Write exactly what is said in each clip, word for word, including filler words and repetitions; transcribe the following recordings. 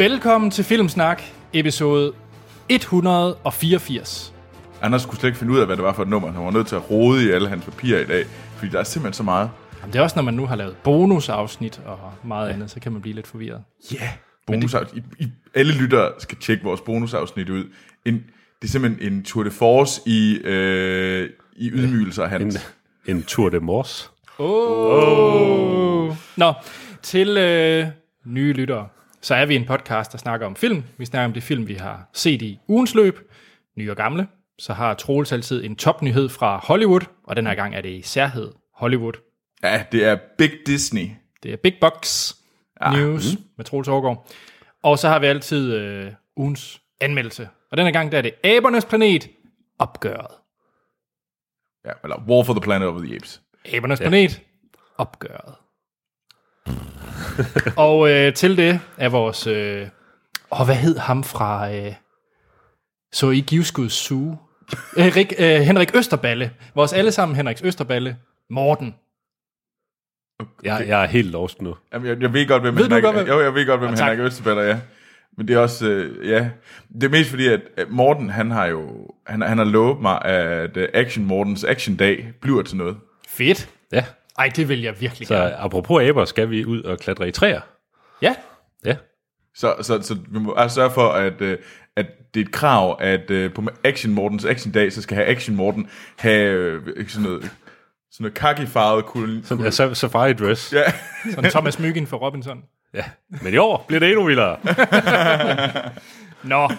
Velkommen til Filmsnak, episode et hundrede og fireogfirs. Anders kunne slet ikke finde ud af, hvad det var for et nummer. Han var nødt til at rode i alle hans papirer i dag, fordi der er simpelthen så meget. Jamen, det er også, når man nu har lavet bonusafsnit og meget ja. andet, så kan man blive lidt forvirret. Ja, yeah. bonusafsnit. Det... I, I, alle lyttere skal tjekke vores bonusafsnit ud. En, det er simpelthen en tour de force i, øh, i ydmygelser af hans. En, en tour de morse. Oh. Oh. Nå, til øh, nye lyttere. Så er vi en podcast, der snakker om film. Vi snakker om de film, vi har set i ugens løb, nye og gamle. Så har Troels altid en topnyhed fra Hollywood, og den her gang er det i særhed Hollywood. Ja, det er Big Disney. Det er Big Box ja. News mm. med Troels Overgaard. Og så har vi altid øh, ugens anmeldelse. Og den her gang der er det Abernes Planet opgøret. Ja, eller War for the Planet of the Apes. Abernes ja. Planet opgøret. Og øh, til det er vores... Øh, åh, hvad hed ham fra... Øh, så i Givskud Zoo? Henrik, øh, Henrik Østerballe. Vores allesammen Henriks Østerballe. Morten. Okay. Jeg, jeg er helt lost nu. Jamen, jeg, jeg ved godt, hvem ved Henrik... Godt, hvem? Jo, jeg ved godt, hvem ja, Henrik Østerballe er. Men det er også... Øh, ja... Det er mest fordi, at Morten, han har jo... Han, han har lovet mig, at Action Mortens Action Dag bliver til noget. Fedt. Ja. Ej, det vil jeg virkelig så gerne. Apropos aber, skal vi ud og klatre i træer? Ja. Ja. Så, så, så vi må altså sørge for, at, at det er et krav, at på Action Mortens Action Dag, så skal have Action Morten have sådan noget, sådan noget khaki-farvet kul. Sådan en ja, safari dress. Ja. Sådan Thomas Myggen fra Robinson. Ja, men i år bliver det endnu vildere. Nå.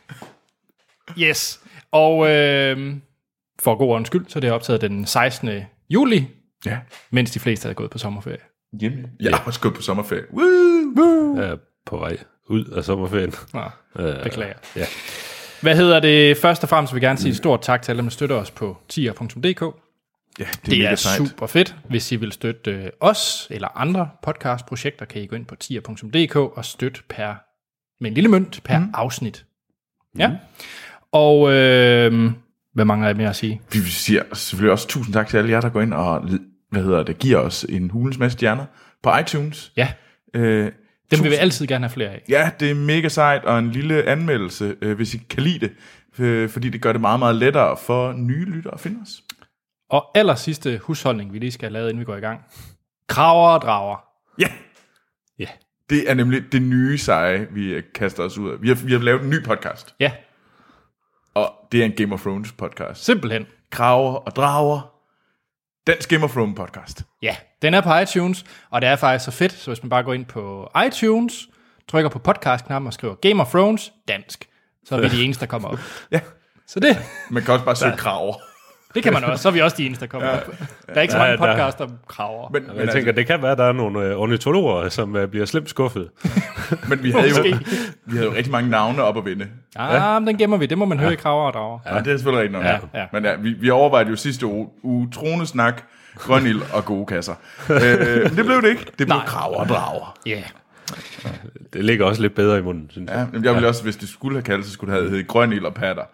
Yes. Og øh, for god ordens skyld, så er det optaget den sekstende juli. Ja. Mens de fleste er gået på sommerferie. Hjemme. Jeg har også gået på sommerferie. Woo! Woo! Jeg er på vej ud af sommerferien. Nå, øh, beklager. Ja. Hvad hedder det? Først og fremmest vil jeg gerne sige stort tak til alle, der støtter os på tier punktum d k. Ja, det er, det er sejt. super fedt. Hvis I vil støtte os eller andre podcastprojekter, kan I gå ind på tier punktum d k og støtte per, med en lille mønt per mm. afsnit. Ja. Mm. Og øh, hvad mangler jeg mere at sige? Vi siger selvfølgelig også tusind tak til alle jer, der går ind og hvad hedder det, giver os en hulens masse stjerner på iTunes. Ja, øh, dem vil vi altid gerne have flere af. Ja, det er mega sejt, og en lille anmeldelse, øh, hvis I kan lide det, øh, fordi det gør det meget, meget lettere for nye lyttere at finde os. Og aller sidste husholdning, vi lige skal have lavet, inden vi går i gang. Kraver og drager. Ja, ja. Det er nemlig det nye seje, vi kaster os ud af. Vi har, vi har lavet en ny podcast. Ja. Og det er en Game of Thrones podcast. Simpelthen. Kraver og drager. Dansk Game of Thrones podcast. Ja, den er på iTunes, og det er faktisk så fedt, så hvis man bare går ind på iTunes, trykker på podcast-knappen og skriver Game of Thrones dansk, så er vi de eneste, der kommer op. Ja. Så det... Man kan også bare søge kraver. Det kan man også, så er vi også de eneste, der kommer ja. op. Der er ikke så mange ja, podcast om kraver. Men, men jeg tænker, altså, det kan være, at der er nogle uh, ornitologer, som uh, bliver slemt skuffet. Men vi havde, jo, vi havde jo rigtig mange navne op at vinde. Ah, ja, men den gemmer vi. Det må man høre ja. i kraver og drager. Ja, det er selvfølgelig rigtigt nok. Ja. Ja. Men ja, vi, vi overvejede jo sidste uge, uge tronesnak, grønild og gode kasser. øh, men det blev det ikke. Det blev Nej. kraver og drager. Ja. Yeah. Det ligger også lidt bedre i munden, synes jeg. Ja, men jeg ville også, hvis det skulle have kaldt, så skulle det have heddet grønild og patter.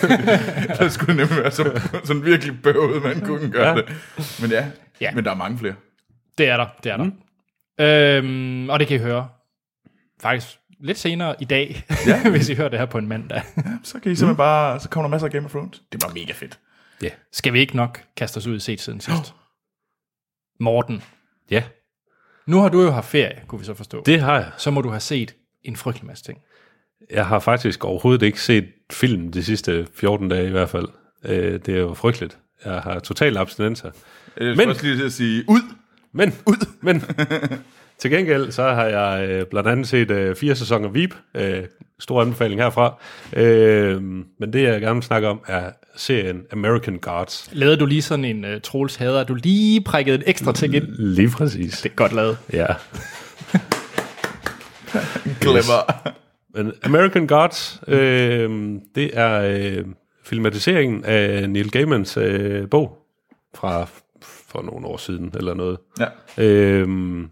Så skulle det nemlig være så, sådan virkelig bøvet, man kunne gøre ja. det. Men ja, ja, men der er mange flere. Det er der, det er der. Mm. Øhm, og det kan I høre faktisk lidt senere i dag, ja. hvis I hører det her på en mandag. Ja, så kan I simpelthen mm. bare, så kommer der masser af Game of Thrones. Det var mega fedt. Ja. Skal vi ikke nok kaste os ud i set siden sidst? Oh. Morten. Ja. Nu har du jo haft ferie, kunne vi så forstå. Det har jeg. Så må du have set en frygtelig masse ting. Jeg har faktisk overhovedet ikke set film de sidste fjorten dage i hvert fald. Det er jo frygteligt. Jeg har total abstinenser. Jeg skal også lige til at sige, ud! Men, ud! Men, til gengæld så har jeg øh, blandt andet set øh, fire sæsoner Veep. Øh, stor anbefaling herfra. Øh, men det jeg gerne vil snakke om er serien American Gods. Lavede du lige sådan en uh, Troels hader? Du lige prikket et ekstra ting ind? Lige præcis. Det er godt lavet. Ja. Clever. Men American Gods, øh, det er øh, filmatiseringen af Neil Gaimans øh, bog fra for nogle år siden eller noget. Ja. Øh,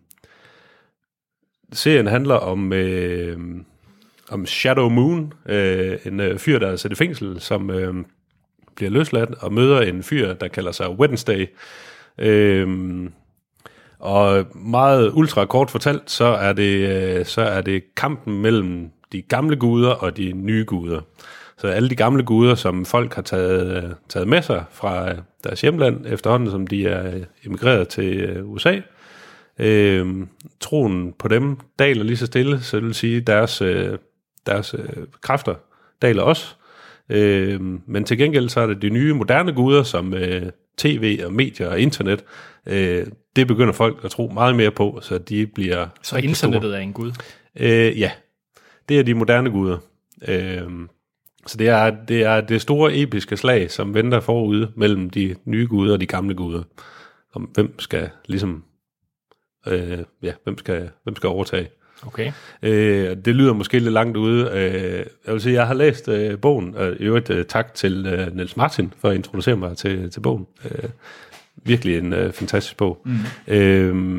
serien handler om øh, om Shadow Moon, øh, en øh, fyr, der er sat i fængsel, som øh, bliver løsladt og møder en fyr, der kalder sig Wednesday. Øh, Og meget ultra kort fortalt, så er det, så er det kampen mellem de gamle guder og de nye guder. Så alle de gamle guder, som folk har taget, taget med sig fra deres hjemland, efterhånden som de er emigreret til U S A, øh, troen på dem daler lige så stille, så det vil sige, deres, deres kræfter daler også. Øh, men til gengæld så er det de nye moderne guder, som øh, tv og medier og internet, øh, det begynder folk at tro meget mere på, så de bliver Så internettet store. Er en gud? Øh, ja, det er de moderne guder. Øh, så det er, det er det store episke slag, som venter forude mellem de nye guder og de gamle guder. Om hvem skal ligesom, øh, ja, hvem skal, hvem skal overtage. Okay. Øh, det lyder måske lidt langt ude. Øh, jeg vil sige, jeg har læst øh, bogen, og i øvrigt øh, tak til øh, Niels Martin for at introducere mig til, til bogen. Øh, virkelig en øh, fantastisk bog. Mm. Øh,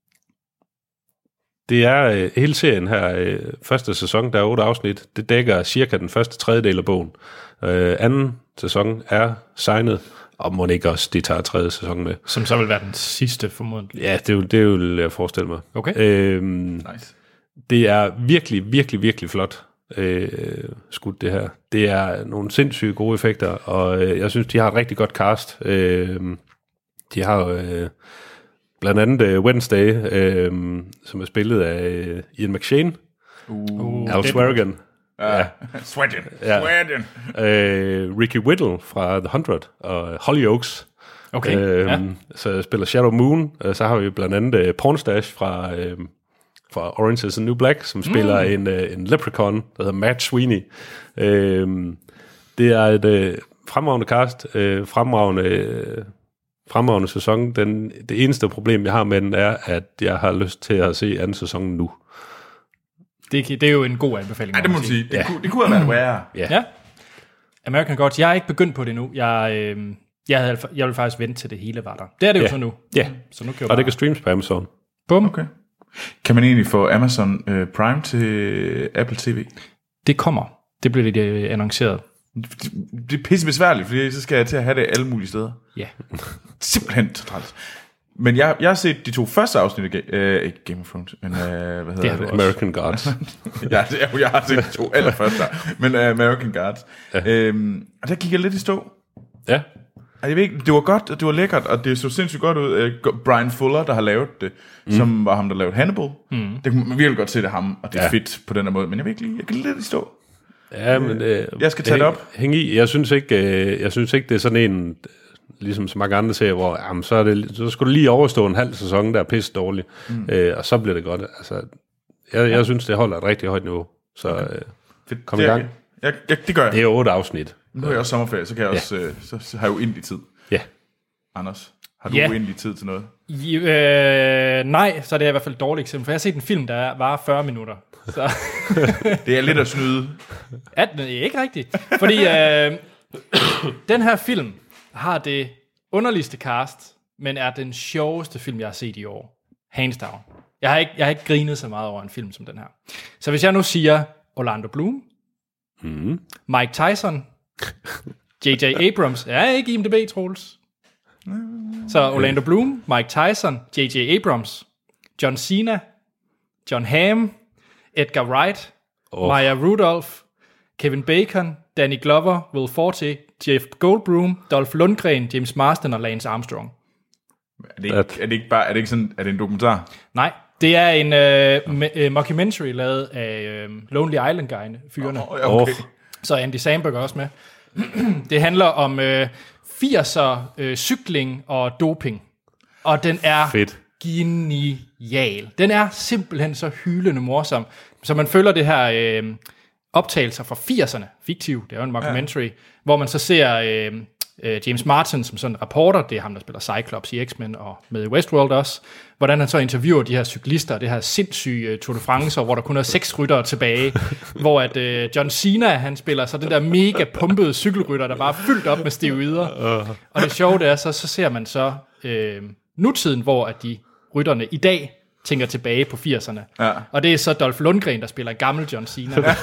det er øh, hele serien her, øh, første sæson, der er otte afsnit, det dækker cirka den første tredjedel af bogen. Øh, anden sæson er signet, og må ikke også, de tager tredje sæson med. Som så vil være den sidste, formodentlig. Ja, det, det, det vil jeg forestille mig. Okay. Øh, Nice. Det er virkelig, virkelig, virkelig flot øh, skudt, det her. Det er nogle sindssygt gode effekter, og øh, jeg synes, de har et rigtig godt cast. Øh, de har øh, blandt andet øh, Wednesday, øh, som er spillet af øh, Ian McShane, Uh, Al Swearingen, Ja. Sweating. Ja. Sweating. øh, Ricky Whittle fra The Hundred og Hollyoaks. Okay, øh, ja. Så spiller Shadow Moon. Øh, så har vi blandt andet øh, Pornstash fra... Øh, fra Orange is the New Black, som spiller mm. en, uh, en leprechaun, der hedder Matt Sweeney. Uh, det er et uh, fremragende cast, uh, fremragende, uh, fremragende sæson. Den, det eneste problem, jeg har med den, er, at jeg har lyst til at se anden sæson nu. Det, det er jo en god anbefaling. Ja, det må man sige. Det, ja. kunne, det kunne have været værre. Ja. Ja. American Gods. Jeg har ikke begyndt på det nu. Jeg, øh, jeg, havde, jeg vil faktisk vente til det hele var der. Det er det jo Ja. så nu. Ja, Så nu kan jeg og bare... det kan streames på Amazon. Bum. Okay. Kan man egentlig få Amazon øh, Prime til Apple T V? Det kommer. Det bliver det øh, annonceret. Det, det er pisse besværligt, fordi så skal jeg til at have det alle mulige steder. Ja. Simpelthen så træls. Men jeg, jeg har set de to første afsnit af øh, ikke Game of Thrones, men øh, hvad hedder Det har det? du American Gods. ja, det, jeg, jeg har set de to allerførste, men uh, American Gods. Ja. Øhm, og der gik jeg lidt i stå. Ja. Og jeg ved ikke, det var godt, og det var lækkert, og det så sindssygt godt ud. Uh, Brian Fuller, der har lavet det, mm. som var ham, der lavede Hannibal. Mm. Det kunne man virkelig godt se, det ham, og det er Ja. fedt på den her måde. Men jeg ved ikke lige, jeg kan lidt i stå. Ja, men... Øh, Jeg skal tage det op. Hæng i. Jeg synes ikke, øh, jeg synes ikke det er sådan en... Ligesom så mange andre serier, hvor jamen, så, er det, så skulle du lige overstå en halv sæson, der er pisse dårlig, mm. øh, og så bliver det godt. Altså, jeg, jeg synes, det holder et rigtig højt niveau. Så okay. øh, Fedt. kom det, i gang. Jeg, jeg, det gør jeg. Det er otte afsnit. Nu har jeg også sommerferie, så kan jeg Ja. også, øh, så, så har jeg uendelig tid. Ja. Anders, har du Ja. uendelig tid til noget? I, øh, nej, så er det i hvert fald et dårligt eksempel, for jeg har set en film, der var fyrre minutter. Så Det er lidt at snyde. er det ikke rigtigt. Fordi øh, den her film har det underligste cast, men er den sjoveste film, jeg har set i år. Hands down. Jeg har ikke, jeg har ikke grinet så meget over en film som den her. Så hvis jeg nu siger Orlando Bloom, Mm. Mike Tyson, J J Abrams, er jeg ikke I M D B, Troels? Så Orlando Bloom, Mike Tyson, J J Abrams, John Cena, John Hamm, Edgar Wright, Oh. Maya Rudolph, Kevin Bacon, Danny Glover, Will Forte, Jeff Goldblum, Dolph Lundgren, James Marsden og Lance Armstrong. Er det ikke, er det ikke bare, er det ikke sådan, er det en dokumentar? Nej, det er en øh, me- øh, mockumentary lavet af øh, Lonely Island-guyene, fyrene. Oh, ja, okay. Oh. Så er Andy Samberg også med. Det handler om øh, firser, øh, cykling og doping. Og den er Fedt. genial. Den er simpelthen så hylende morsom. Så man følger det her øh, optagelser fra firserne, fiktiv, det er jo en mockumentary, ja. Hvor man så ser øh, øh, James Martin som sådan en reporter, det er ham, der spiller Cyclops i X-Men og med i Westworld også, hvordan han så interviewer de her cyklister, det her sindssyge uh, Tour de France, hvor der kun er seks ryttere tilbage, hvor at øh, John Cena, han spiller så den der mega pumpede cykelrytter, der bare er fyldt op med steroider. Og det sjove det er, så, så ser man så øh, nutiden, hvor at de rytterne i dag tænker tilbage på firserne. Ja. Og det er så Dolph Lundgren, der spiller gammel John Cena. Åh,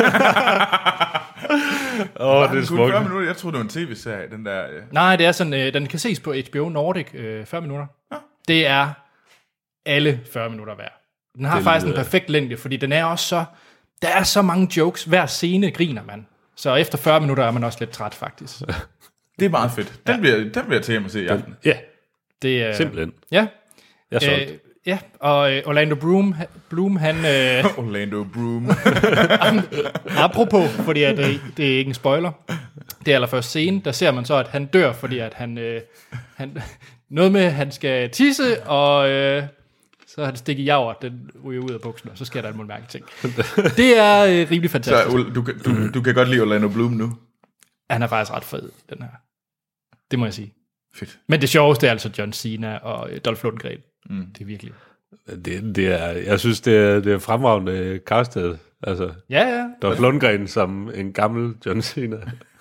oh, det er Kun smukt. fyrre minutter, jeg troede, det var en tv-serie, den der... Øh. Nej, det er sådan, øh, den kan ses på H B O Nordic, øh, fyrre minutter. Ja. Det er alle fyrre minutter hver. Den har faktisk en perfekt længde, fordi den er også så... Der er så mange jokes. Hver scene griner man. Så efter fyrre minutter er man også lidt træt, faktisk. Det er meget fedt. Den, ja. bliver, den vil jeg tage hjem og se i aften. Ja, det er... simpelthen. Ja. Jeg så øh, Ja, og øh, Orlando Bloom, Bloom han... Øh, Orlando Bloom. apropos, fordi at, det, det er ikke en spoiler. Det er allerførst scene, der ser man så, at han dør, fordi at han... Øh, han noget med, at han skal tisse, og... Øh, så har han stikket javer, den ryger ud af buksen, og så sker der en mærke ting. Det er øh, rimelig fantastisk. Så du, du, du kan godt lide Orlando Bloom nu? Han er faktisk ret fed, den her. Det må jeg sige. Fedt. Men det sjoveste er altså John Cena og Dolph Lundgren. Mm. Det er virkelig... Det, det er, jeg synes, det er, det er fremragende castet. Altså, ja, ja. Dolph Lundgren som en gammel John Cena.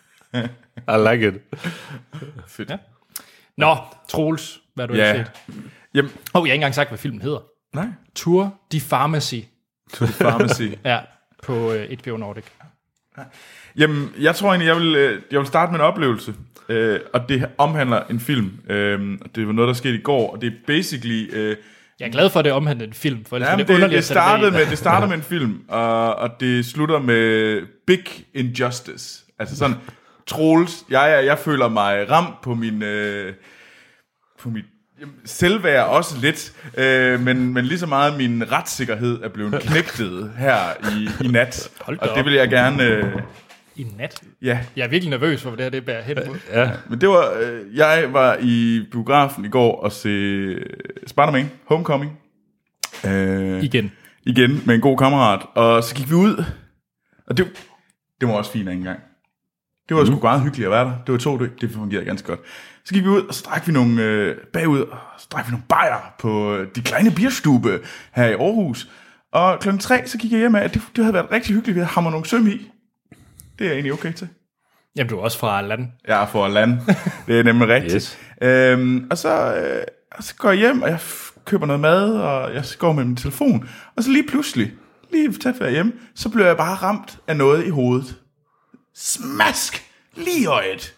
I like it. Fedt. Ja. Nå, Troels, hvad har du ja. ikke set? Jamen. Oh, jeg har ikke engang sagt, hvad filmen hedder. Nej. Tour de Pharmacy. Tour de Pharmacy. Ja, på uh, H B O Nordic. Ja. Jamen, jeg tror egentlig, jeg vil, jeg vil starte med en oplevelse. Øh, og det omhandler en film. Øh, det var noget, der skete i går, og det er basically... Øh, jeg er glad for, at det omhandler en film, for ja, det, det, det, startede med, det starter med en film, og, og det slutter med Big Injustice. Altså sådan, Troels, jeg, jeg, jeg føler mig ramt på min... Øh, på mit selvværd også lidt, øh, men, men lige så meget min retssikkerhed er blevet knægtet her i, i nat. Og det vil jeg gerne... Øh, I nat? Ja. Jeg er virkelig nervøs for, hvad det her det bærer hen mod. Ja, men det var... Øh, jeg var i biografen i går og se Spider-Man Homecoming. Øh, igen. Igen med en god kammerat. Og så gik vi ud, og det, det var også fint en gang. Det var mm. sgu meget hyggeligt at være der. Det var to døg, det fungerede ganske godt. Så gik vi ud, og så drak vi nogle øh, bagud, og så drak vi nogle bajer på øh, De Kleine Bierstube her i Aarhus. Og klokken tre, så gik jeg hjem af, at det, det havde været rigtig hyggeligt, vi havde hamret nogle søm i. Det er jeg egentlig okay til. Jamen, du er også fra land. Jeg er fra land. Det er nemlig rigtigt. Yes. Øhm, og, så, øh, og så går jeg hjem, og jeg f- køber noget mad, og jeg går med min telefon. Og så lige pludselig, lige tæt ved hjemme, så bliver jeg bare ramt af noget i hovedet. Smask! Lige i øjet.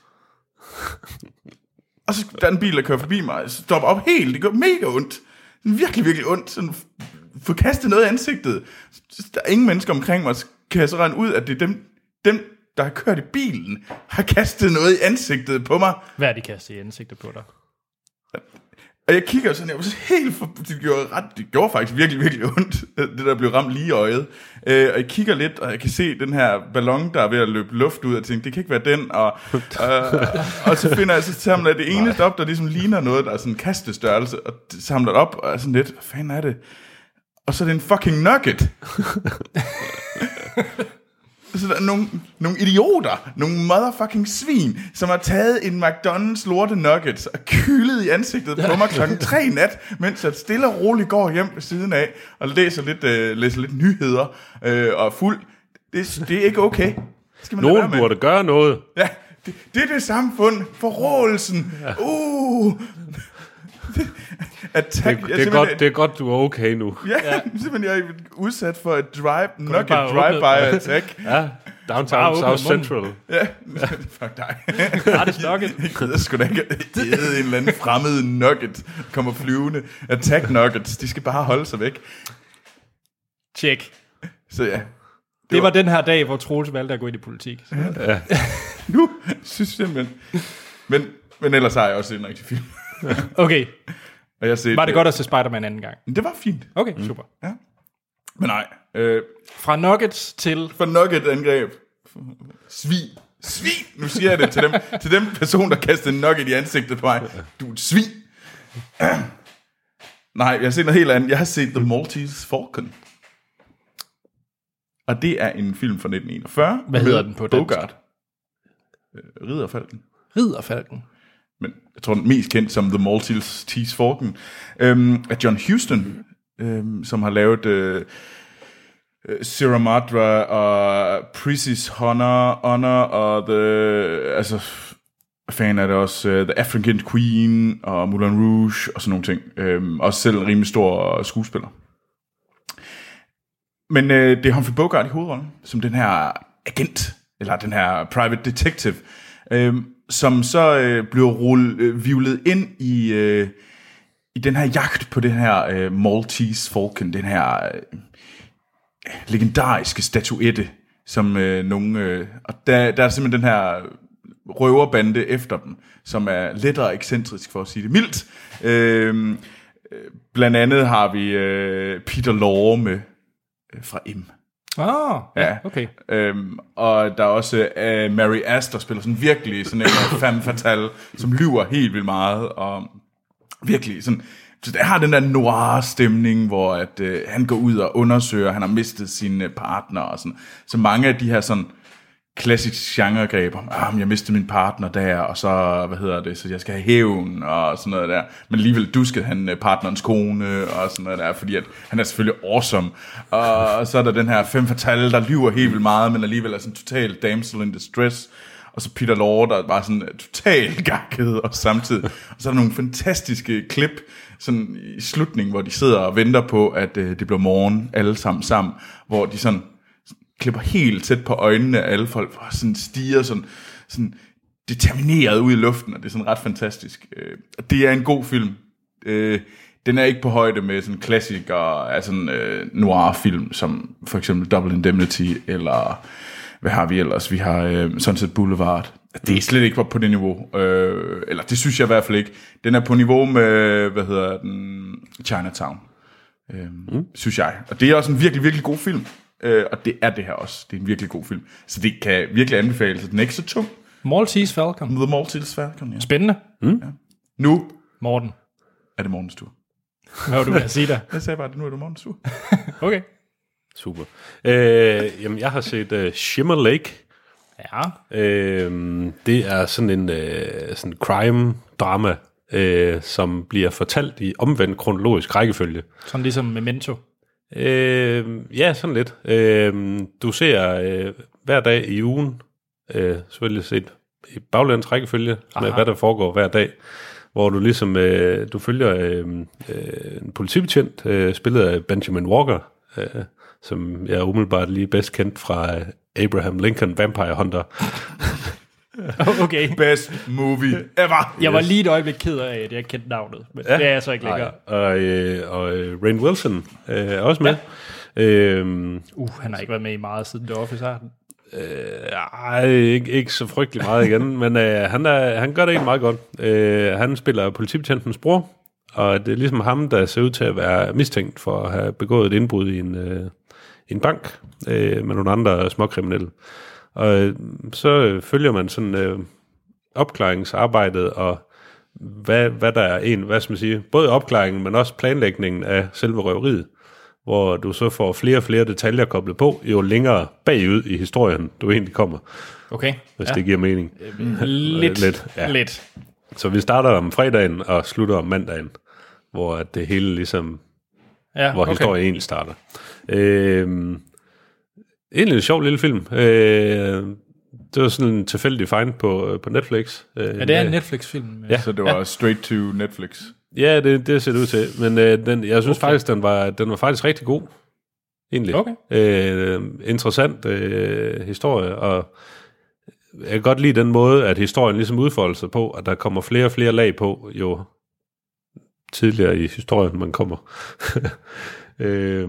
Og så der er en bil, der kører forbi mig, så stopper op helt, det gør mega ondt. Virkelig, virkelig ondt. Sådan, få kastet noget i ansigtet. Der er ingen mennesker omkring mig, så kan jeg så regne ud, at det er dem, dem, der har kørt i bilen, har kastet noget i ansigtet på mig. Hvad er de kastet i ansigtet på dig? Og jeg kigger sådan, jeg var så helt for, det gjorde ret, det gjorde faktisk virkelig, virkelig ondt, det der blev ramt lige i øjet. Øh, og jeg kigger lidt, og jeg kan se den her ballon, der er ved at løbe luft ud, og tænker, det kan ikke være den, og, øh, og så finder jeg så samler jeg det eneste op, der ligesom ligner noget, der er sådan en kastestørrelse, og samler det op, og er sådan lidt, hvad fanden er det? Og så er det en fucking nugget. Så der er nogle, nogle idioter, nogle motherfucking svin, som har taget en McDonald's lorte nuggets og kylet i ansigtet på mig klokken tre nat, mens jeg stille og roligt går hjem ved siden af og læser lidt, øh, læser lidt nyheder øh, og er fuld. Det, det er ikke okay. Skal man Nogen burde gøre noget. Ja, det, det er det samfund. Forrådelsen. Ja. Uh. Attack, det, det, er godt, det er godt, du er okay nu. Ja, ja. Simpelthen jeg er udsat for et drive, nugget drive-by attack. Ja, downtown South Central. Ja, fuck dig. Ja, det nugget. Jeg gider sgu da ikke æde en eller anden fremmed nugget, kommer flyvende. Attack nuggets, de skal bare holde sig væk. Check. Så ja. Det, det var, var den her dag, hvor Troels valgte at gå ind i politik. Ja. Nu synes jeg simpelthen. Men, men ellers har jeg også set en rigtig film. Okay. Og jeg set, var det godt at se Spider-Man anden gang? Det var fint. Okay, mm. super. Ja. Men nej. Øh, Fra nuggets til... Fra nugget-angreb. Svin. Svin! Nu siger jeg det til dem, til dem person, der kastede en nugget i ansigtet på mig. Du er et svin. Nej, jeg har set noget helt andet. Jeg har set The Maltese Falcon. Og det er en film fra nitten enogfyrre. Hvad hedder den på dansk? Bogart. Ridderfalken. Ridderfalken. Men jeg tror, den mest kendt som The Maltese Falcon, øhm, af John Huston, øhm, som har lavet øh, Sierra Madre og Princess Honor, Honor og The, altså, fan er det også, uh, The African Queen og Moulin Rouge og sådan nogle ting. Øhm, også selv en rimelig stor skuespiller. Men øh, det er Humphrey Bogart i hovedrollen, som den her agent, eller den her private detective, øhm, som så øh, bliver rullet, øh, vivlet ind i, øh, i den her jagt på det her øh, Maltese Falcon, den her øh, legendariske statuette, som øh, nogle... Øh, og der, der er simpelthen den her røverbande efter dem, som er lettere ekscentrisk, for at sige det mildt. Øh, blandt andet har vi øh, Peter Lorre med øh, fra M. Ah, ja, okay. Øhm, og der er også uh, Mary Astor, der spiller sådan virkelig sådan en femme fatale, som lyver helt vildt meget, og virkelig sådan, så der har den der noir-stemning, hvor at, uh, han går ud og undersøger, han har mistet sine partner, og sådan. Så mange af de her sådan klassiske genregreb om, ah, jeg mistede min partner der, og så, hvad hedder det, så jeg skal have hævn, og sådan noget der. Men alligevel duskede han partnerens kone, og sådan noget der, fordi at han er selvfølgelig awesome. Og så er der den her femme fatale, der lyver helt vildt meget, men alligevel er sådan total damsel in distress. Og så Peter Lorre, der er bare sådan totalt gakket, og samtidig. Og så er der nogle fantastiske klip, sådan i slutningen, hvor de sidder og venter på, at øh, det bliver morgen, alle sammen sammen, hvor de sådan klipper helt tæt på øjnene af alle folk, og sådan stiger sådan, sådan determineret ud i luften, og det er sådan ret fantastisk. Det er en god film. Den er ikke på højde med sådan klassikere af sådan noir-film, som for eksempel Double Indemnity, eller hvad har vi ellers? Vi har Sunset Boulevard. Det er slet ikke på det niveau. Eller det synes jeg i hvert fald ikke. Den er på niveau med, hvad hedder den, Chinatown. Mm. Synes jeg. Og det er også en virkelig, virkelig god film. Uh, og det er det her også. Det er en virkelig god film. Så det kan virkelig anbefales. Den er ikke så tung. Maltese Falcon. The Maltese Falcon, ja. Spændende. Mm. Ja. Nu Morten. er det morgens tur. Hvad var du ved at sige der? Jeg sagde bare, at nu er det morgens tur. Okay. Super. Øh, jamen, jeg har set uh, Shimmer Lake. Ja. Øh, det er sådan en uh, sådan crime-drama, uh, som bliver fortalt i omvendt kronologisk rækkefølge. Sådan ligesom Memento. Øh, ja, sådan lidt. Øh, du ser øh, hver dag i ugen, øh, selvfølgelig set i baglæns rækkefølge, med hvad der foregår hver dag, hvor du ligesom, øh, du følger øh, øh, en politibetjent, øh, spillet af Benjamin Walker, øh, som jeg umiddelbart lige bedst kendt fra øh, Abraham Lincoln Vampire Hunter. Okay. Best movie ever. Jeg var lige et øjeblik ked af, at jeg ikke kendte navnet, men ja. Det er jeg så ikke længere. Og, øh, og øh, Rainn Wilson øh, er også med. Ja. Øhm, uh, han har ikke været med i meget siden The Office, har han? Øh, ej, ikke, ikke så frygtelig meget igen, men øh, han, er, han gør det egentlig meget godt. Øh, han spiller politibetjentens bror, og det er ligesom ham, der ser ud til at være mistænkt for at have begået et indbrud i en, øh, en bank øh, med nogle andre småkriminelle. Og øh, så følger man sådan øh, opklaringsarbejdet og hvad, hvad der er en, hvad skal man sige, både opklaringen, men også planlægningen af selve røveriet, hvor du så får flere og flere detaljer koblet på, jo længere bagud i historien du egentlig kommer. Okay. Hvis ja. det giver mening. Lidt. Lidt, ja. Lidt. Så vi starter om fredagen og slutter om mandagen, hvor det hele ligesom, ja, hvor okay. historien egentlig starter. Øh, Egentlig en sjov lille film. Øh, det var sådan en tilfældig find på, på Netflix. Øh, ja, det er en Netflix-film. Ja, så det var ja. straight to Netflix. Ja, det, det ser det ud til. Men øh, den, jeg synes okay. faktisk, den var, den var faktisk rigtig god. Egentlig. Okay. Øh, interessant øh, historie, og jeg kan godt lide den måde, at historien ligesom udfolder sig på, at der kommer flere og flere lag på, jo tidligere i historien man kommer. øh,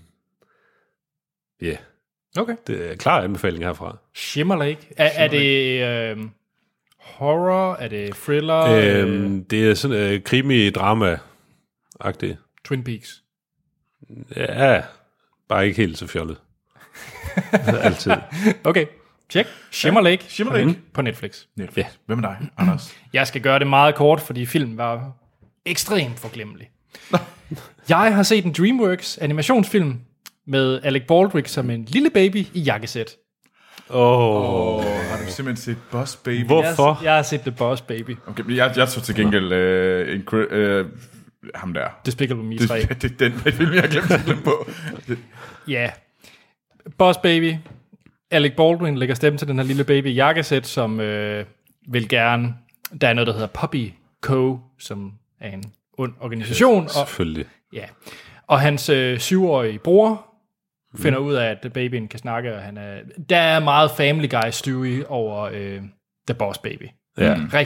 Ja. Yeah. Okay. Det er klar anbefaling herfra. Shimmer Lake. Er, er det øh, horror? Er det thriller? Øhm, det er sådan øh, krimi-drama-agtigt. Twin Peaks. Ja, bare ikke helt så fjollet. Altid. Okay, check. Shimmer Lake. Shimmer Lake. Mm. På Netflix. Netflix. Ja. Hvem er dig, Anders? Jeg skal gøre det meget kort, fordi filmen var ekstremt forglemmelig. Jeg har set en DreamWorks animationsfilm med Alec Baldwin som en lille baby i jakkesæt. Åh, oh. oh, har du simpelthen set Boss Baby? Hvorfor? Jeg, jeg har set The Boss Baby. Okay, jeg, jeg så til gengæld uh, en, uh, ham der. Despicable Me tre. Det, det, den film, jeg glemte at glemme på. Ja. Boss Baby. Alec Baldwin lægger stemme til den her lille baby i jakkesæt, som øh, vil gerne... Der er noget, der hedder Puppy Co., som er en ond organisation. Ja, selvfølgelig. Og, ja. Og hans øh, syvårige bror finder mm. ud af, at babyen kan snakke, og han er... Der er meget Family Guy Stewie over øh, The Boss Baby. Ja. Mm. Rigtig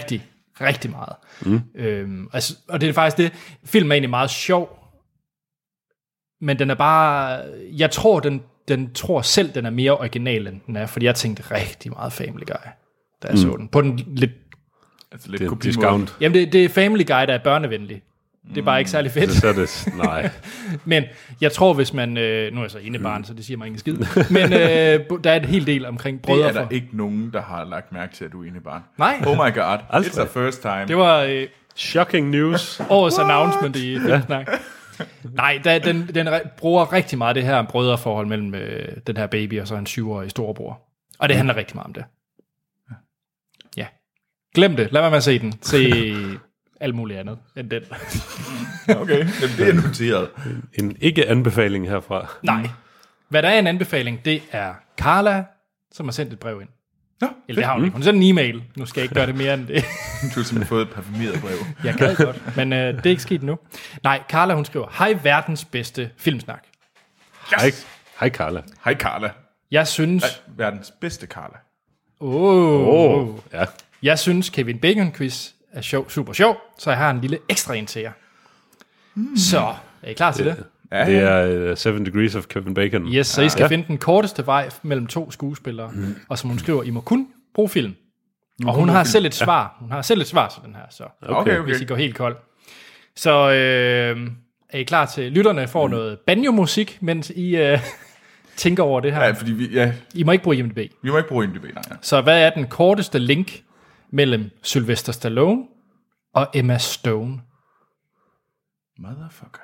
rigtig meget. Mm. Øhm, altså, og det er faktisk det, filmen er egentlig meget sjov, men den er bare, jeg tror, den, den tror selv, den er mere original, end den er, fordi jeg tænkte rigtig meget Family Guy, da jeg mm. så den. På den lidt... Altså lidt Det er kopimod. discount. Jamen, det, det er Family Guy, der er børnevenlig. Det er bare ikke særlig fedt. Så er det, nej. Men jeg tror, hvis man... Øh, nu er jeg så enebarn, så det siger mig ingen skid. Men øh, der er et helt del omkring Det brødre er der for... ikke nogen, der har lagt mærke til, at du er enebarn. Nej. Oh my god, Aldrig. it's the first time. Det var øh, Shocking news. årets announcement i Filmsnak. Nej, der, den, den re- bruger rigtig meget det her brødreforhold mellem øh, den her baby og så en syvårig storebror. Og det handler rigtig meget om det. Ja. Glem det. Lad mig med at se den. Se alt muligt andet end den. Okay, jamen, det er noteret. En ikke-anbefaling herfra. Nej. Hvad der er en anbefaling, det er Carla, som har sendt et brev ind. Nå, Eller det har hun ikke. Hun har sendt en e-mail. Nu skal jeg ikke gøre det mere end det. du har simpelthen fået et parfumeret brev. Jeg gad godt, men øh, det er ikke sket nu. Nej, Carla, hun skriver, hej verdens bedste filmsnak. Hej, hej Carla. Hej Carla. Jeg synes... Nej, verdens bedste Carla. Åh, Åh, oh, ja. Jeg synes, Kevin Bacon Quiz er sjov, super sjov, så jeg har en lille ekstra en til jer. Mm. Så, er I klar til det? Ja, Det er uh, Seven Degrees of Kevin Bacon. Yes, så I skal Ja. finde den korteste vej mellem to skuespillere, mm. og som hun skriver, I må kun bruge film. Og hun har selv et svar. Hun har selv et svar til den her, så Okay, okay. hvis I går helt kold. Så øh, er I klar til, lytterne får mm. noget banjo-musik, mens I øh, tænker over det her. Ja, fordi vi, ja, I må ikke bruge I M D B. vi må ikke bruge I M D B, nej. Ja. Så hvad er den korteste link mellem Sylvester Stallone og Emma Stone? Motherfucker.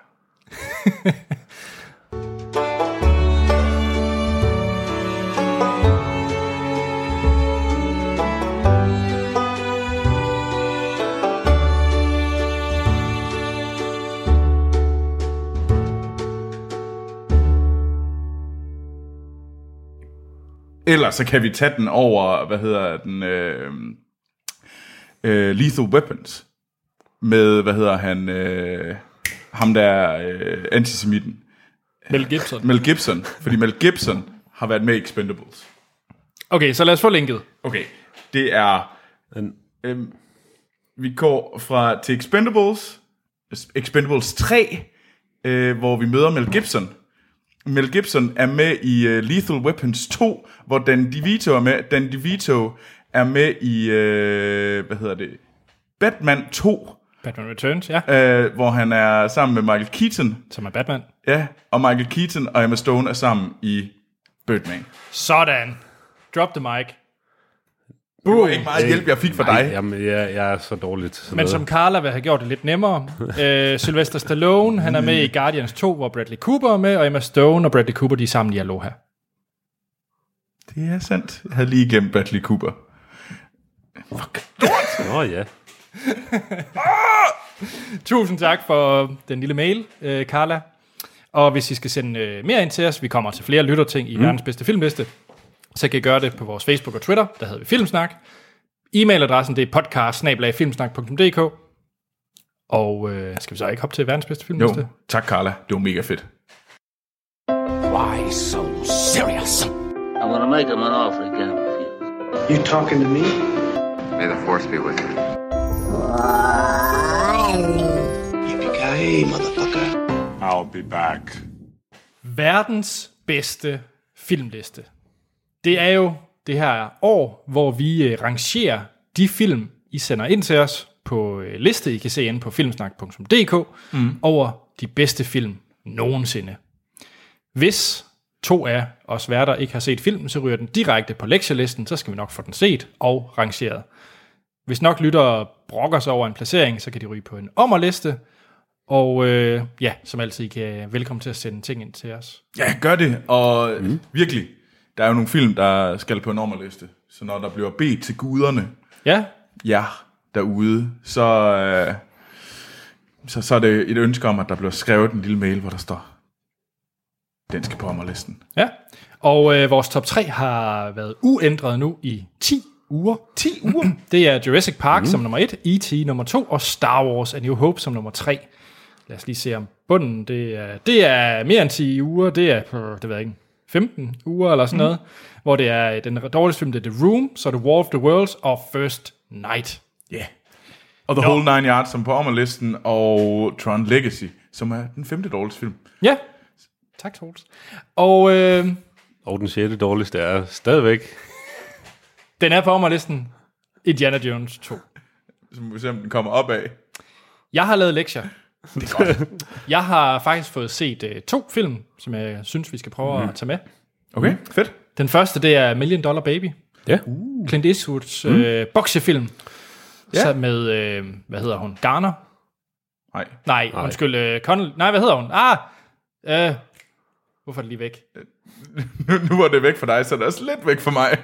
Ellers så kan vi tage den over, hvad hedder den, øh, øh, Lethal Weapons. Med, hvad hedder han, øh, ham der øh, antisemitten. Mel Gibson. Mel Gibson. Fordi Mel Gibson har været med i Expendables. Okay, så lad os få linket. Okay, det er... En, Øhm, vi går fra til Expendables, Expendables tre, øh, hvor vi møder Mel Gibson. Mel Gibson er med i uh, Lethal Weapons to, hvor Dan DeVito er med. Dan DeVito er med i, øh, hvad hedder det, Batman to, Batman Returns, ja. øh, hvor han er sammen med Michael Keaton. Som er Batman. Ja, og Michael Keaton og Emma Stone er sammen i Birdman. Sådan. Drop the mic. Det var ikke meget hjælp, jeg fik fra nej, dig. jamen, jeg, jeg er så dårlig til sådan Men noget. som Carla vil have gjort det lidt nemmere. øh, Sylvester Stallone, han er med i Guardians to, hvor Bradley Cooper er med, og Emma Stone og Bradley Cooper, de er sammen i Aloha. Det er sandt. Jeg havde lige gemt Bradley Cooper. Fuck. Nå ja. Tusind tak for den lille mail, øh, Carla. Og hvis I skal sende øh, mere ind til os, vi kommer til flere lytterting i mm. verdens bedste filmliste, så kan I gøre det på vores Facebook og Twitter, der hedder vi Filmsnak. E-mailadressen, det er podcast bindestreg filmsnak punktum d k. Og øh, skal vi så ikke hoppe til verdens bedste filmliste? Jo, tak Carla. Det var mega fedt. Why so serious? I'm gonna make him an offer again with you. You talking to me? May the force be with you. Yippee-ki-yay, motherfucker. I'll be back. Verdens bedste filmliste. Det er jo det her år, hvor vi øh, rangerer de film, I sender ind til os på øh, liste, I kan se inde på filmsnak punktum d k, mm. over de bedste film nogensinde. Hvis to af os værter ikke har set filmen, så ryger den direkte på lektielisten, så skal vi nok få den set og rangeret. Hvis nok lyttere brokker sig over en placering, så kan de ryge på en ommerliste. Og øh, ja, som altid, I kan velkommen til at sende ting ind til os. Ja, gør det. Og mm. virkelig, der er jo nogle film, der skal på en nummerliste. Så når der bliver bedt til guderne, Ja, ja, derude, så, øh, så, så er det et ønske om, at der bliver skrevet en lille mail, hvor der står, den skal på ommerlisten. ja. Og øh, vores top tre har været uændret nu i ti uger. ti uger? Det er Jurassic Park mm. som nummer et, E T nummer to og Star Wars A New Hope som nummer tre. Lad os lige se om bunden. Det er, det er mere end ti uger. Det er, det ved jeg ikke, femten uger eller sådan mm. noget. Hvor det er den dårligste film, det er The Room, så er det War of the Worlds og First Night. Ja. Yeah. Og The Nå. Whole Nine Yards, som på ommerlisten, og Tron Legacy, som er den femte dårligste film. Ja. Tak, Troels. Og øh, Og den sjette dårligste er stadigvæk... den er på ommerlisten. Indiana Jones to. Som vi ser, om den kommer op af. Jeg har lavet lektier. Det er godt. Jeg har faktisk fået set øh, to film, som jeg synes, vi skal prøve mm. at tage med. Okay, fedt. Den første, det er Million Dollar Baby. Ja. Uh. Clint Eastwoods øh, boksefilm. Ja. Så med, øh, hvad hedder hun? Garner? Nej. Nej, Nej. undskyld. Øh, Connell. Nej, hvad hedder hun? Ah! Øh, hvorfor er det lige væk? Nu, nu var det væk for dig, så det er også lidt væk for mig.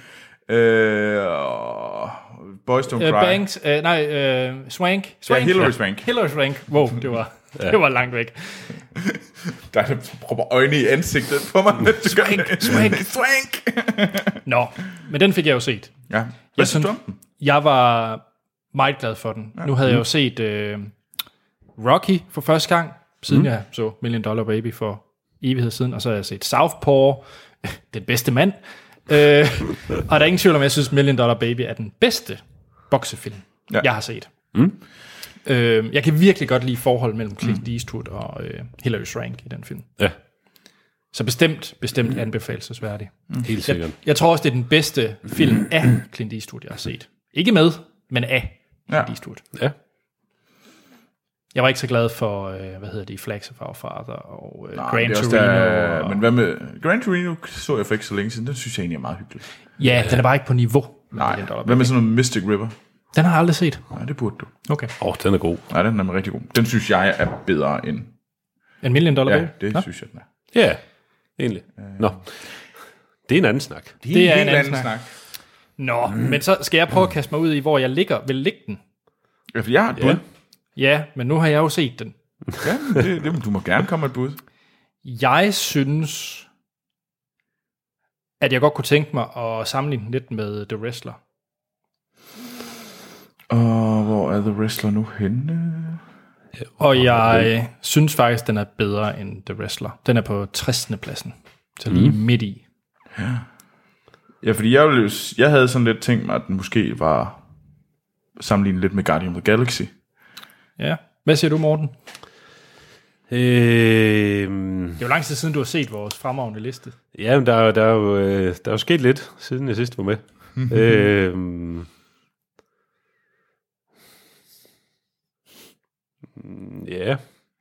Øh, Boys Don't Øh, Cry. Banks. Øh, nej, øh, Swank. Swank. Ja, Hilary Swank. Hilary Swank. Wow, det var, ja. det var langt væk. Der er der propper øjne i ansigtet på mig. Swank, Swank. Swank. Nå, men den fik jeg jo set. Ja. Hvad Jeg synes synes, du om den? jeg var meget glad for den. Ja. Nu havde jeg jo set øh, Rocky for første gang, siden mm. jeg så Million Dollar Baby for evighed siden, og så har jeg set Southpaw, den bedste mand. øh, og der er ingen tvivl om, jeg synes Million Dollar Baby er den bedste boksefilm, Ja. jeg har set. Mm. Øh, jeg kan virkelig godt lide forholdet mellem Clint mm. Eastwood og øh, Hilary Swank i den film. Ja, Så bestemt, bestemt anbefalesværdig. helt sikkert. Jeg, jeg tror også, det er den bedste film af Clint Eastwood, jeg har set. Ikke med, men af Clint Ja. Eastwood. Ja. Jeg var ikke så glad for, øh, hvad hedder det, Flags of Our Father og øh, Nej, Gran det er også Torino. der, og, men hvad med Gran Torino så jeg for ikke så længe siden. Den synes jeg egentlig er meget hyggelig. ja, den er bare ikke på niveau. med Nej, Million Dollar hvad med Baby. sådan noget Mystic River? Den har jeg aldrig set. Nej, det burde du. Okay. Åh, oh, den er god. Nej, den er rigtig god. Den synes jeg er bedre end... En Million Dollar Ja, Baby? det Nå? synes jeg, den er. Ja, egentlig. Nå, det er en anden snak. Det er en anden snak. Nå, men så skal jeg prøve at kaste mig ud i, hvor jeg ligger, vil ligge den. Ja, for jeg har et bud. Ja, men nu har jeg jo set den. Ja, det, det, du må gerne komme med et bud. Jeg synes, at jeg godt kunne tænke mig at sammenligne den lidt med The Wrestler. Og hvor er The Wrestler nu henne? Og jeg synes faktisk, den er bedre end The Wrestler. Den er på tressende pladsen. Så lige mm. midt i. Ja, fordi jeg, ville, jo- jeg havde sådan lidt tænkt mig, at den måske var sammenlignet lidt med Guardian of the Galaxy. Ja. Hvad siger du, Morten? Øhm, Det er jo lang tid siden, du har set vores fremragende liste. ja, men der, er jo- der, er jo, øh, der er jo sket lidt, siden jeg sidst var med. øhm, ja.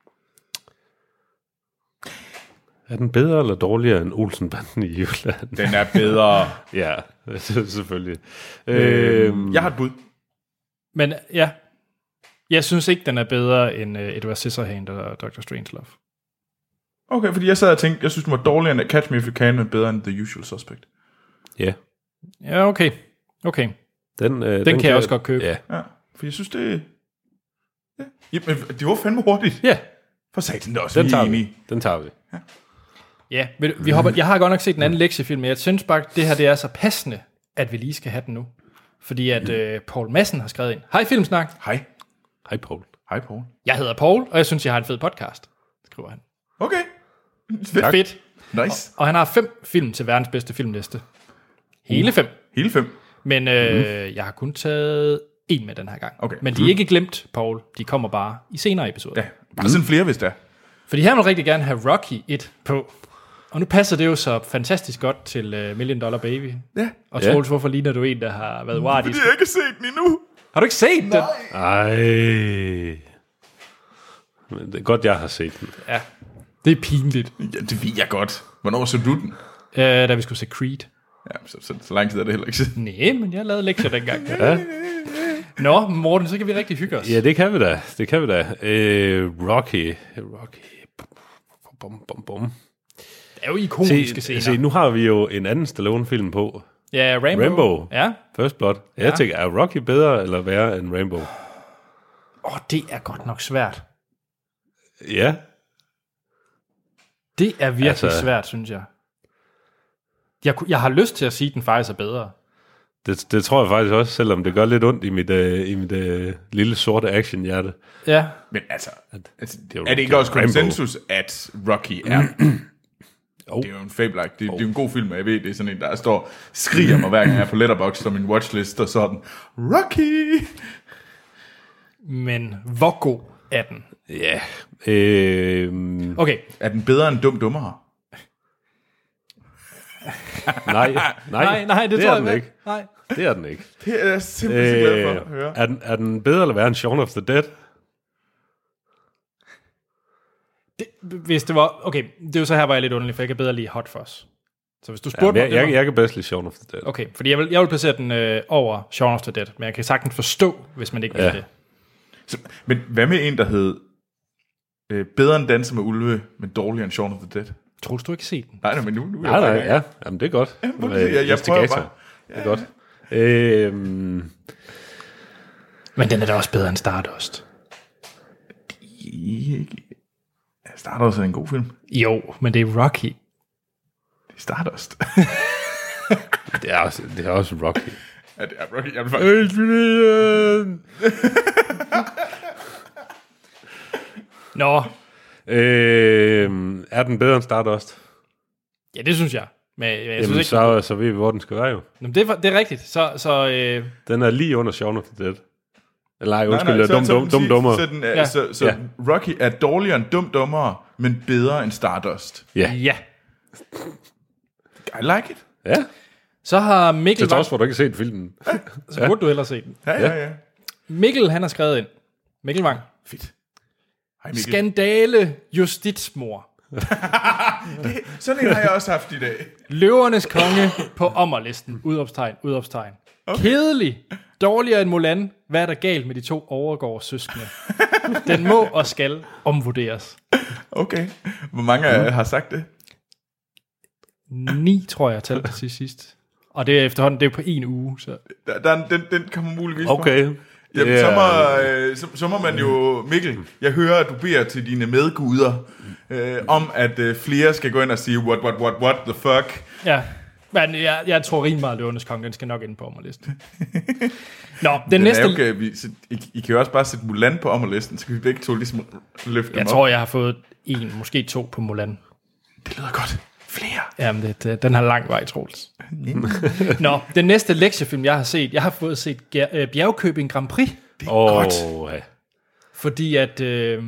Er den bedre eller dårligere end Olsenbanden i Jylland? Den er bedre. Ja, selvfølgelig. øhm, jeg har et bud. Men ja, jeg synes ikke, den er bedre end uh, Edward Scissorhands og doktor Strangelove. Okay, fordi jeg sad og tænkte, jeg synes, den var dårligere end Catch Me If You Can, men bedre end The Usual Suspect. Ja. Ja, okay. Okay. Den, øh, den, Den kan jeg også godt købe. Ja. Ja, for jeg synes, det... Ja. Jamen, det var fandme hurtigt. Ja, For satan, det er også den tager lige vi. enig. Den tager vi. Ja, vi, vi hopper, jeg har godt nok set en anden lektiefilm, men jeg synes bare, at det her det er så passende, at vi lige skal have den nu. Fordi at øh, Paul Madsen har skrevet ind. Hej Filmsnak. Hej. Hej, Paul. Hej, Paul. Jeg hedder Paul, og jeg synes, jeg har en fed podcast, skriver han. Okay. Tak. Fedt. Nice. Og han har fem film til verdens bedste filmliste. Hele fem. Hele fem. Men øh, mm. jeg har kun taget en med den her gang. Okay. Men de er ikke glemt, Paul. De kommer bare i senere episoder. Ja, bare sådan flere, hvis det er. Fordi her vil rigtig gerne have Rocky et på. Og nu passer det jo så fantastisk godt til uh, Million Dollar Baby. Ja. Og Ja. Troels, hvorfor ligner du en, der har været wild? Fordi jeg ikke har set den endnu. Har du ikke set den? Ej. Men det er godt, jeg har set den. Ja. Det er pinligt. Ja, det ved jeg godt. Hvornår så du den? Uh, da vi skulle se Creed. Ja, så, så, så lang tid er det heller ikke siden. Nej, men jeg lavede lektier dengang. Ja. Nå, Morten, så kan vi rigtig hygge os. Ja, det kan vi da. Det kan vi da. Øh, Rocky. Rocky. Bum, bum, bum. Det er jo ikoniske Se, scener. se, nu har vi jo en anden Stallone-film på. Ja, Rainbow. Rainbow. Ja. First Blood. Jeg Ja. tænker, er Rocky bedre eller værre end Rainbow? Åh, oh, det er godt nok svært. Ja. Det er virkelig altså, Altså- svært, synes jeg. jeg. ku- Jeg har lyst til at sige, at den faktisk er bedre. Det, det tror jeg faktisk også, selvom det gør lidt ondt i mit, øh, i mit øh, lille sorte action-hjerte. Ja. Men altså, altså det er jo er det ikke også Rainbow. konsensus, at Rocky er... Jo. Det er jo en fabelagt. Det, det er jo en god film, og jeg ved, det er sådan en, der står skriger mig, hver gang jeg er på Letterboxd som en watchlist, og sådan, Rocky! Men hvor god er den? Ja. Øh, Okay, Er den bedre end Dum Dummere? nej, nej, nej, nej, det, det tror er jeg den ikke. ikke. Nej. Det er den ikke. Det er jeg simpelthen øh, glad for Øh, at høre. er, den, er den bedre eller værre end Shaun of the Dead? Det, hvis det var... Okay, det er jo så her, var jeg lidt underlig, for jeg kan bedre lide Hot Fuzz. Så hvis du spurgte Jamen, mig... jeg, det jeg, var- jeg kan bedst lide Shaun of the Dead. Okay, fordi jeg vil, jeg vil placere den øh, over Shaun of the Dead, men jeg kan sagtens forstå, hvis man ikke vil Ja. det. Så, men hvad med en, der hed øh, Bedre end Danser med Ulve, men dårligere end Shaun of the Dead? Troels, du ikke set den? Nej, nej, men nu, nu er Nej, jeg nej, bare i gang. ja. Jamen, det er godt. prøv lige at se, jeg- jeg prøver Investigator. bare. Det er godt. Øhm, Men den er da også bedre end Stardust. Jeg starter også en god film. Jo, men det er Rocky. Det er Stardust. det, er også, det er også Rocky. ja, det er Rocky. Jeg vil faktisk... Nå, øhm, er den bedre end Stardust? ja, det synes jeg. Men jeg, jeg synes Jamen, ikke... så, så ved vi, hvor den skal være jo. Jamen, det, er, det er rigtigt. Så, så øh, Den er lige under Shaun of the Dead. Eller nej, undskyld, nej, nej, dum, så- dum, så- dum, dummer. Så, den er, Ja. så, så Ja. Rocky er dårligere end Dum Dummere, men bedre end Stardust. Ja. ja. I like it. Ja, Så har Mikkel... til trods for, at du ikke har set filmen. Så burde du hellere se den. Ja, ja, ja. Mikkel, han har skrevet ind. Mikkel Wang. Fedt. Hej Mikkel. Skandale justitsmor. Sådan en har jeg også haft i dag. Løvernes konge på ommerlisten. Udopstegn, udopstegn. Okay. Kedelig. Dårligere end Mulan. Hvad er der galt med de to overgårds søskende? Den må og skal omvurderes. Okay. Hvor mange af jer har sagt det? Ni, tror jeg, talte til sidst. Og det er efterhånden, det er på en uge. Så. Der, der, den, den kommer muligvis på. Okay. Jamen, Det så, er- må, øh, så, så må man jo... Mikkel, jeg hører, at du beder til dine medguder øh, om, at øh, flere skal gå ind og sige, what, what, what, what the fuck? Ja, men jeg, jeg tror rimelig meget, at Løvernes konge, den skal nok ind på ommerlisten. Nå, den, Den næste... er okay, vi, så, I, I kan jo også bare sætte Mulan på ommerlisten, så kan vi begge to ligesom løfte Jeg dem tror, op. jeg har fået en, måske to på Mulan. Det lyder godt. Flere. Jamen, det, det, den har lang vej, Troels. Nå, den næste lektiefilm, jeg har set, jeg har fået set Ger- øh, Bjergkøbing Grand Prix, Det er Åh, godt. ja. fordi at, øh,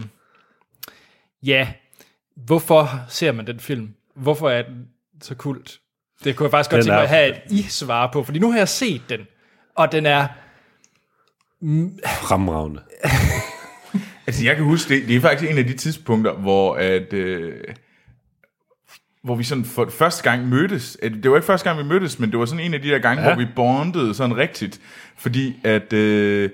ja, hvorfor ser man den film? Hvorfor er den så kult? Det kunne jeg faktisk godt Den tænke mig er- at have, at I svarer på, fordi nu har jeg set den, og den er, Fremragende. Altså, jeg kan huske, det, det er faktisk en af de tidspunkter, hvor at... Øh, hvor vi sådan for første gang mødtes. Det var ikke første gang, vi mødtes, men det var sådan en af de der gange, ja. Ja. hvor vi bondede sådan rigtigt. Fordi at øh,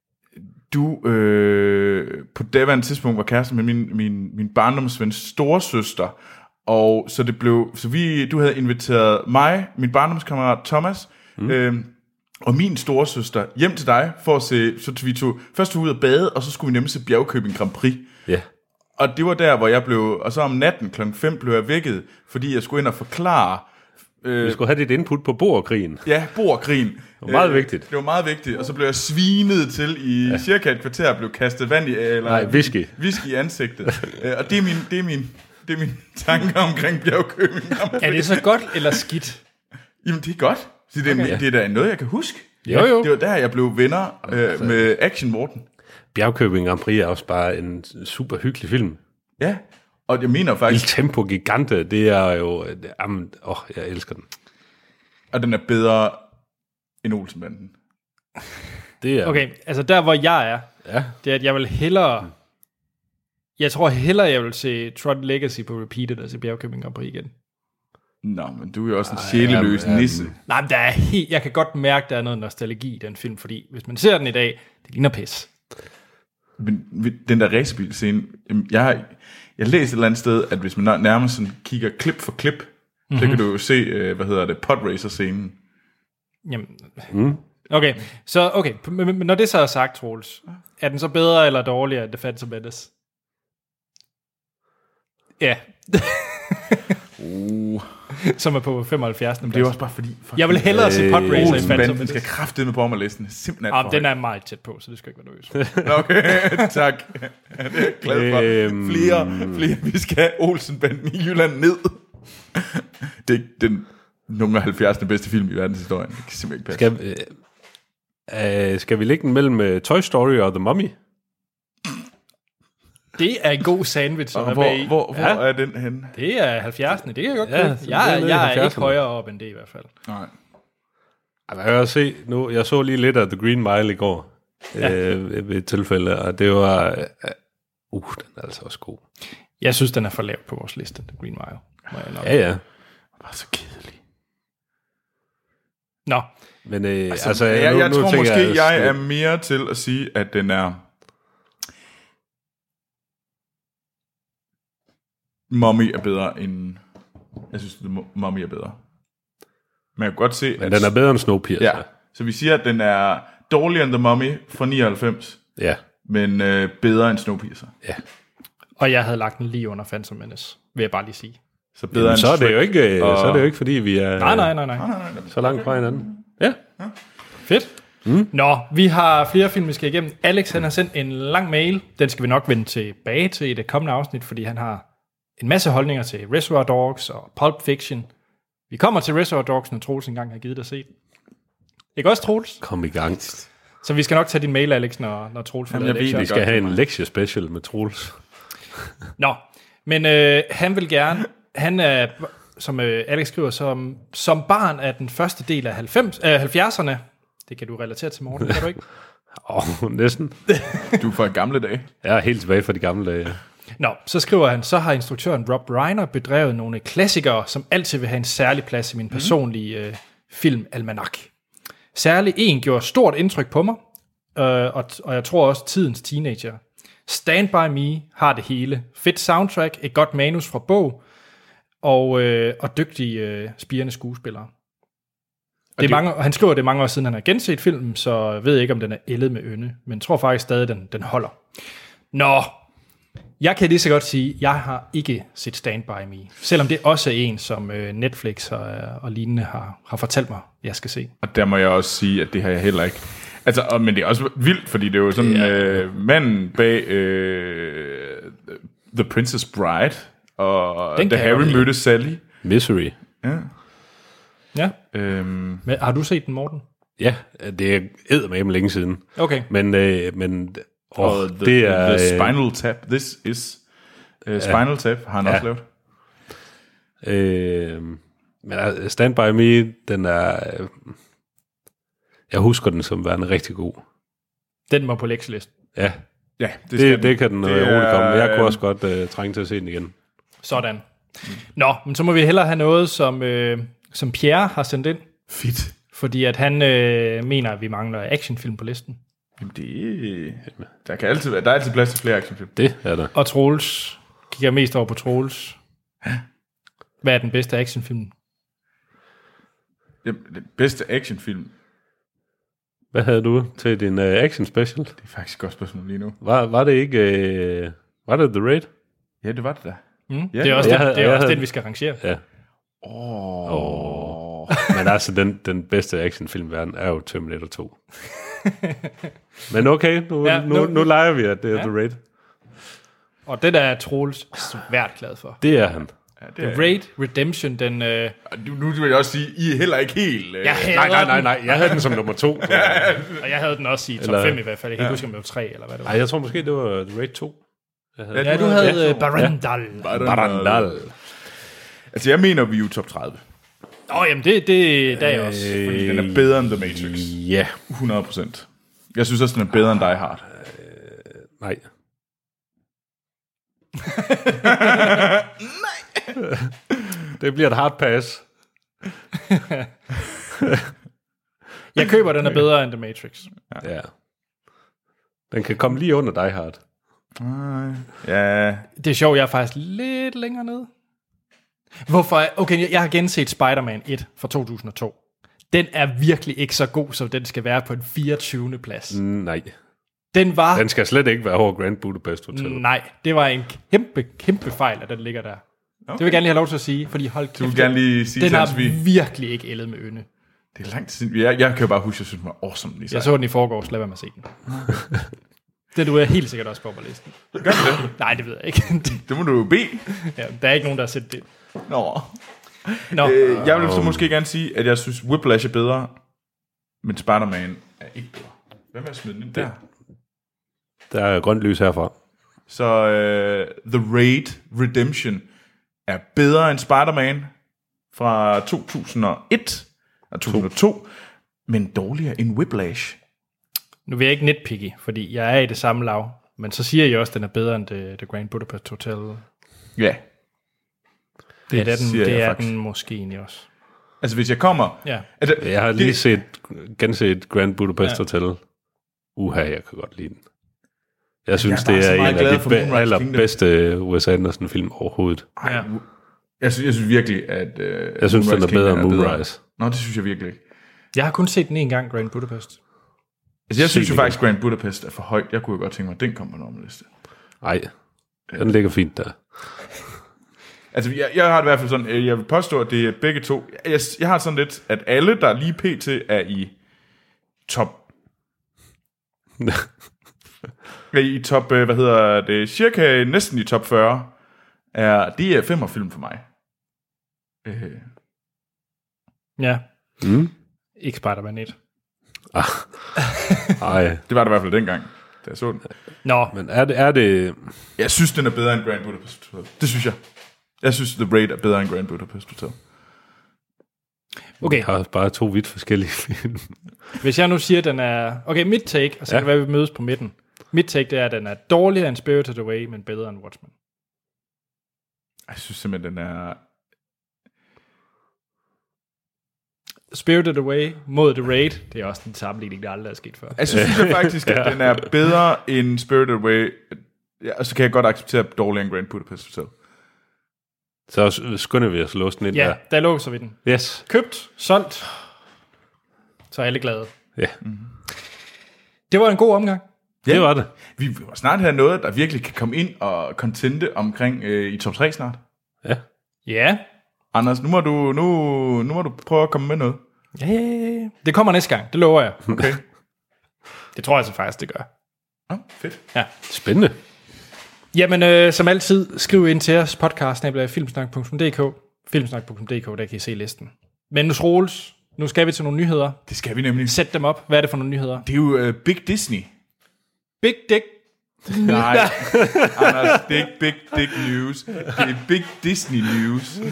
du øh, på daværende tidspunkt var kæreste med min, min, min barndomsvens storesøster. Og så det blev, så vi, du havde inviteret mig, min barndomskammerat Thomas, mm. øh, og min storesøster hjem til dig, for at se, så vi tog, først tog ud og bade, og så skulle vi nemlig se Bjergkøbing Grand Prix. Ja. Og det var der, hvor jeg blev, og så om natten klokken fem blev jeg vækket, fordi jeg skulle ind og forklare, øh, Vi skulle have dit input på Boerkrigen. ja, Boerkrigen. Det var meget vigtigt. Det var meget vigtigt, og så blev jeg svinet til i ja. cirka et kvarter, blev kastet vand i, eller Nej, whisky. whisky i ansigtet. Øh, og det er min, det er min, det er min tanke omkring Bjergkøbing. er det så godt eller skidt? Jamen, det er godt. Så det, er, okay. det er da noget, jeg kan huske. Jo, jo. Det var der, jeg blev venner øh, med Action Morten. Bjergkøbing Grand Prix er også bare en super hyggelig film. Ja, og jeg mener Il faktisk, Tempo Gigante, det er jo... Jamen, åh, jeg elsker den. at den er bedre end Olsenbanden. Det er... Okay, altså der, hvor jeg er, Ja. det er, at jeg vil hellere... Jeg tror hellere, jeg vil se Tron Legacy på repeated, og se Bjergkøbing Grand Prix igen. Nå, men du er jo også en sjæleløs jamen, nisse. Nej, men der er helt, jeg kan godt mærke, der er noget nostalgi i den film, fordi hvis man ser den i dag, det ligner pis. Men den der racerbil-scene, jamen, jeg har jeg læste et eller andet sted, at hvis man nærmest sådan kigger klip for klip, mm-hmm. så kan du jo se, øh, hvad hedder det, podracer-scenen. Jamen, mm. Okay, så okay, men men når det så er sagt, Troels, er den så bedre eller dårligere end The Phantom Menace? Ja. Uh. Som er på femoghalvfjerds. Det er også bare fordi... Jeg vil hellere se Podracer end Phantom Olsenbanden skal Menace. kraftedeme på ommerlisten. Simpelthen Ah, for den højt. er meget tæt på, så det skal ikke være nervøs. Okay, tak. Ja, det er jeg glad for. Øhm. Flere, flere, vi skal have Olsenbanden i Jylland ned. Det er den nummer halvfjerds bedste film i verdenshistorien. Det kan simpelthen ikke passe. Skal, øh, øh, skal vi lægge den mellem uh, Toy Story og The Mummy? Det er en god sandwich, som Og er hvor, med i. hvor, hvor Ja. er den henne? Det er halvfjerdserne, det kan jeg godt Ja, ja, det er jeg, nede i jeg er ikke halvfjerdserne. højere op end det i hvert fald. Nej. Ej, jeg kan også se, nu, jeg så lige lidt af The Green Mile i går, Ja. øh, ved et tilfælde, og det var, øh, uh, den er altså også god. Jeg synes, den er for lav på vores liste, The Green Mile. Må jeg nok. Ja, ja. Det var så kedelig. Nå, Altså, Men øh, altså, altså, jeg, nu, jeg nu tror tænker måske, jeg at- er mere til at sige, at den er... Mummy er bedre end... Jeg synes, at Mummy er bedre. Men jeg kan godt se, Men den er bedre end Snowpiercer. Ja, så vi siger, at den er dårligere end The Mummy fra nioghalvfems, Ja. men øh, bedre end Snowpiercer. Ja. og jeg havde lagt den lige under Phantom Menace, vil jeg bare lige sige. Så bedre Jamen, end så er det jo Shrek ikke, og- så er det jo ikke fordi vi er Nej, nej, nej, nej. så langt fra hinanden. Ja. Fedt. Mm. Nå, vi har flere film, vi skal igennem. Alex, han har sendt en lang mail. Den skal vi nok vende tilbage til i det kommende afsnit, fordi han har en masse holdninger til Reservoir Dogs og Pulp Fiction. Vi kommer til Reservoir Dogs, når Troels engang har givet dig set. Ikke også, Troels? Kom i gang. Så vi skal nok tage din mail, Alex, når, når Troels får Jamen, lavet jeg ved lektier. Vi skal have en lektie special med Troels. Nå, men øh, han vil gerne, han er, som øh, Alex skriver, som, som barn af den første del af halvfems, øh, halvfjerdserne, det kan du relatere til, Morten, kan du ikke? Åh, oh, næsten. Du er fra gamle dage. Jeg er helt tilbage fra de gamle dage. Nå, så skriver han, så har instruktøren Rob Reiner bedrevet nogle klassikere, som altid vil have en særlig plads i min personlige øh, filmalmanak. Særlig en gjorde stort indtryk på mig, øh, og, og jeg tror også tidens teenager. Stand By Me har det hele. Fedt soundtrack, et godt manus fra bog, og, øh, og dygtige øh, spirende skuespillere. Det er det- mange, og han skriver, at det er mange år siden, han har genset filmen, så jeg ved ikke, om den er ældet med ynde, men tror faktisk stadig, den, den holder. Nå, jeg kan lige så godt sige, at jeg har ikke set Stand By Me, selvom det også er en, som øh, Netflix og, og lignende har, har fortalt mig, jeg skal se. Og der må jeg også sige, at det har jeg heller ikke. Altså, og, men det er også vildt, fordi det er jo sådan øh, manden bag øh, The Princess Bride, og Den da kan jeg godt Harry lide. mødte Sally. Misery. Ja. Ja, Øhm, men har du set den, Morten? Ja, det er eddermame længe siden. Okay. Men, øh, men og oh, the, det er... The øh, Spinal Tap. This is uh, Spinal Tap, har han Ja. også lavet. Øh, men altså, Stand By Me, den er... Øh, jeg husker den som værende rigtig god. Den må på lektielisten. Ja, Ja, det, skal det, det kan den Det øh, roligt komme. Jeg er- kunne også godt øh, trænge til at se den igen. Sådan. Nå, men så må vi hellere have noget, som, øh, som Pierre har sendt ind, Fedt. fordi at han øh, mener, at vi mangler actionfilm på listen. Jamen, det... Der, kan altid, være- der er altid plads til flere actionfilm. Det er der. Og Troels kigger mest over på Troels. Hvad er den bedste actionfilm? Jamen, den bedste actionfilm, Hvad havde du til din øh, action special? det er faktisk et godt spørgsmål lige nu. Var, var det ikke... Øh, var det The Raid? Ja, det var det da. Mm? Ja, det er også, jeg den, havde- det er jeg også havde- den, vi skal rangere. Ja. Åh. Oh. Men altså, den, den bedste actionfilm i verden er jo Terminator to. Men okay, nu, Ja, ja, nu, nu- nu, nu leger vi, at det er Ja. The Raid. Og det der er Troels svært glad for. Det er han. Ja, det The er, Raid Redemption, den... Øh, nu, nu vil jeg også sige, I er heller ikke helt... Øh, jeg hader Nej, nej, nej, den, nej. Jeg havde den som nummer to. og jeg havde den også i top Eller- fem i hvert fald. Jeg kan ikke huske, om det var tre eller hvad det var. Nej, jeg tror måske, det var The Raid to. Jeg havde. Ja, du havde øh, Barandal. Barandal. Altså, jeg mener, vi er jo top tredive. Åh, oh, jamen det, det der er jeg også. Fordi den er bedre end The Matrix. Ja. hundrede procent. Jeg synes også, den er bedre end Die Hard. Nej. Nej. Det bliver et hard pass. Jeg køber, den er bedre end The Matrix. Ja. Den kan komme lige under Die Hard. Nej. Ja. Det er sjovt, jeg er faktisk lidt længere nede. Hvorfor? Okay, jeg- jeg har genset Spider-Man et fra to tusind og to. Den er virkelig ikke så god, som den skal være på en fireogtyvende plads. Nej. Den var... Den skal slet ikke være over Grand Budapest Hotel. Nej, det var en kæmpe, kæmpe fejl, at den ligger der. Okay. Det vil jeg gerne lige have lov til at sige, fordi hold kæft, Du vil gerne lige sige den til har os, vi... virkelig ikke ældet med ynde. Det er lang tid siden. Jeg, jeg kan jo bare huske, at jeg synes, den var awesome. Lige Jeg så den i forgårs, lad være med at se den. Det du er helt sikkert også på på listen. Gør du det? Nej, det ved jeg ikke. Det må du jo bede. Ja, der er ikke nogen, der har set det. Nå. Nå, Øh, jeg vil så måske gerne sige, at jeg synes, Whiplash er bedre, men Spider-Man er ikke bedre. Hvad med at smide den ind der? Der er grønt lys herfra. Så uh, The Raid Redemption er bedre end Spider-Man fra to tusind og et og to tusind og to, men dårligere end Whiplash. Nu vil jeg ikke nitpicky, fordi jeg er i det samme lav, men så siger jeg også, at den er bedre end The, The Grand Budapest Hotel. Ja. Det, ja, det er den, siger det jeg er faktisk. den måske egentlig også. Altså hvis jeg kommer... Ja. Altså, Jeg har lige det, set, genset Grand Budapest Ja. Hotel. Uha, jeg kan godt lide den. Jeg synes, Jeg er det bare så er meget en glad af de for be- Moonrise allerbedste Wes Anderson-film overhovedet. ej, Ja. jeg, synes, jeg synes virkelig, at... Uh, Jeg synes, den er bedre end Kingdom Moonrise. Nå, det synes jeg virkelig ikke. Jeg har kun set den en gang, Grand Budapest. Altså, jeg synes jo Sygt faktisk, Grand Budapest er for højt. Jeg kunne jo godt tænke mig, at den kommer på en liste. Nej, den ligger fint der. Altså, jeg, jeg har det i hvert fald sådan, øh, jeg vil påstå, at det er begge to. Jeg, jeg har sådan lidt, at alle, der lige pt. Er i top... er i top, øh, hvad hedder det, cirka næsten i top fyrre, er, det er femmerfilm for mig. Øh, Ja. Mm. Ikke Spider-Man et. Ej, det var det i hvert fald dengang, da jeg så den. Nå, men er det... Er det Jeg synes, den er bedre end Grand Budapest Hotel. Det synes jeg. Jeg synes, The Raid er bedre end Grand Budapest Hotel. okay. Jeg har bare to vidt forskellige film. Hvis jeg nu siger, at den er... Okay, mit take, og så Ja. kan det være, at vi mødes på midten. Mit take, det er, at den er dårligere end Spirited Away, men bedre end Watchmen. Jeg synes simpelthen, den er... Spirited Away mod The Raid, det er også en sammenligning, der aldrig er sket før. Altså, synes jeg faktisk, at den er bedre end Spirited Away. Ja, og så kan jeg godt acceptere dårligere end Grand Budapest Hotel. Så skynder vi os låse den ind Ja, der. der låser vi den. Yes. Købt, solgt, så er alle glade. Ja, Det var en god omgang. Ja. det var det. Vi vil snart have noget, der virkelig kan komme ind og contente omkring øh, i top tre snart. Ja. Ja. Anders, nu må du, nu, nu må du prøve at komme med noget. Ja, ja, ja. Det kommer næste gang, det lover jeg. Okay. Det tror jeg så faktisk, det gør. Nå, fedt. Ja. Spændende. Jamen, øh, som altid, skriv ind til os, podcast snabel-a filmsnak punktum d k, filmsnak punktum d k, der kan I se listen. Men nu Troels, nu skal vi til nogle nyheder. Det skal vi nemlig. Sæt dem op. Hvad er det for nogle nyheder? Det er jo uh, Big Disney. Big Dick. Nej, Anders, det er ikke Big Dick News. Det er Big Disney News.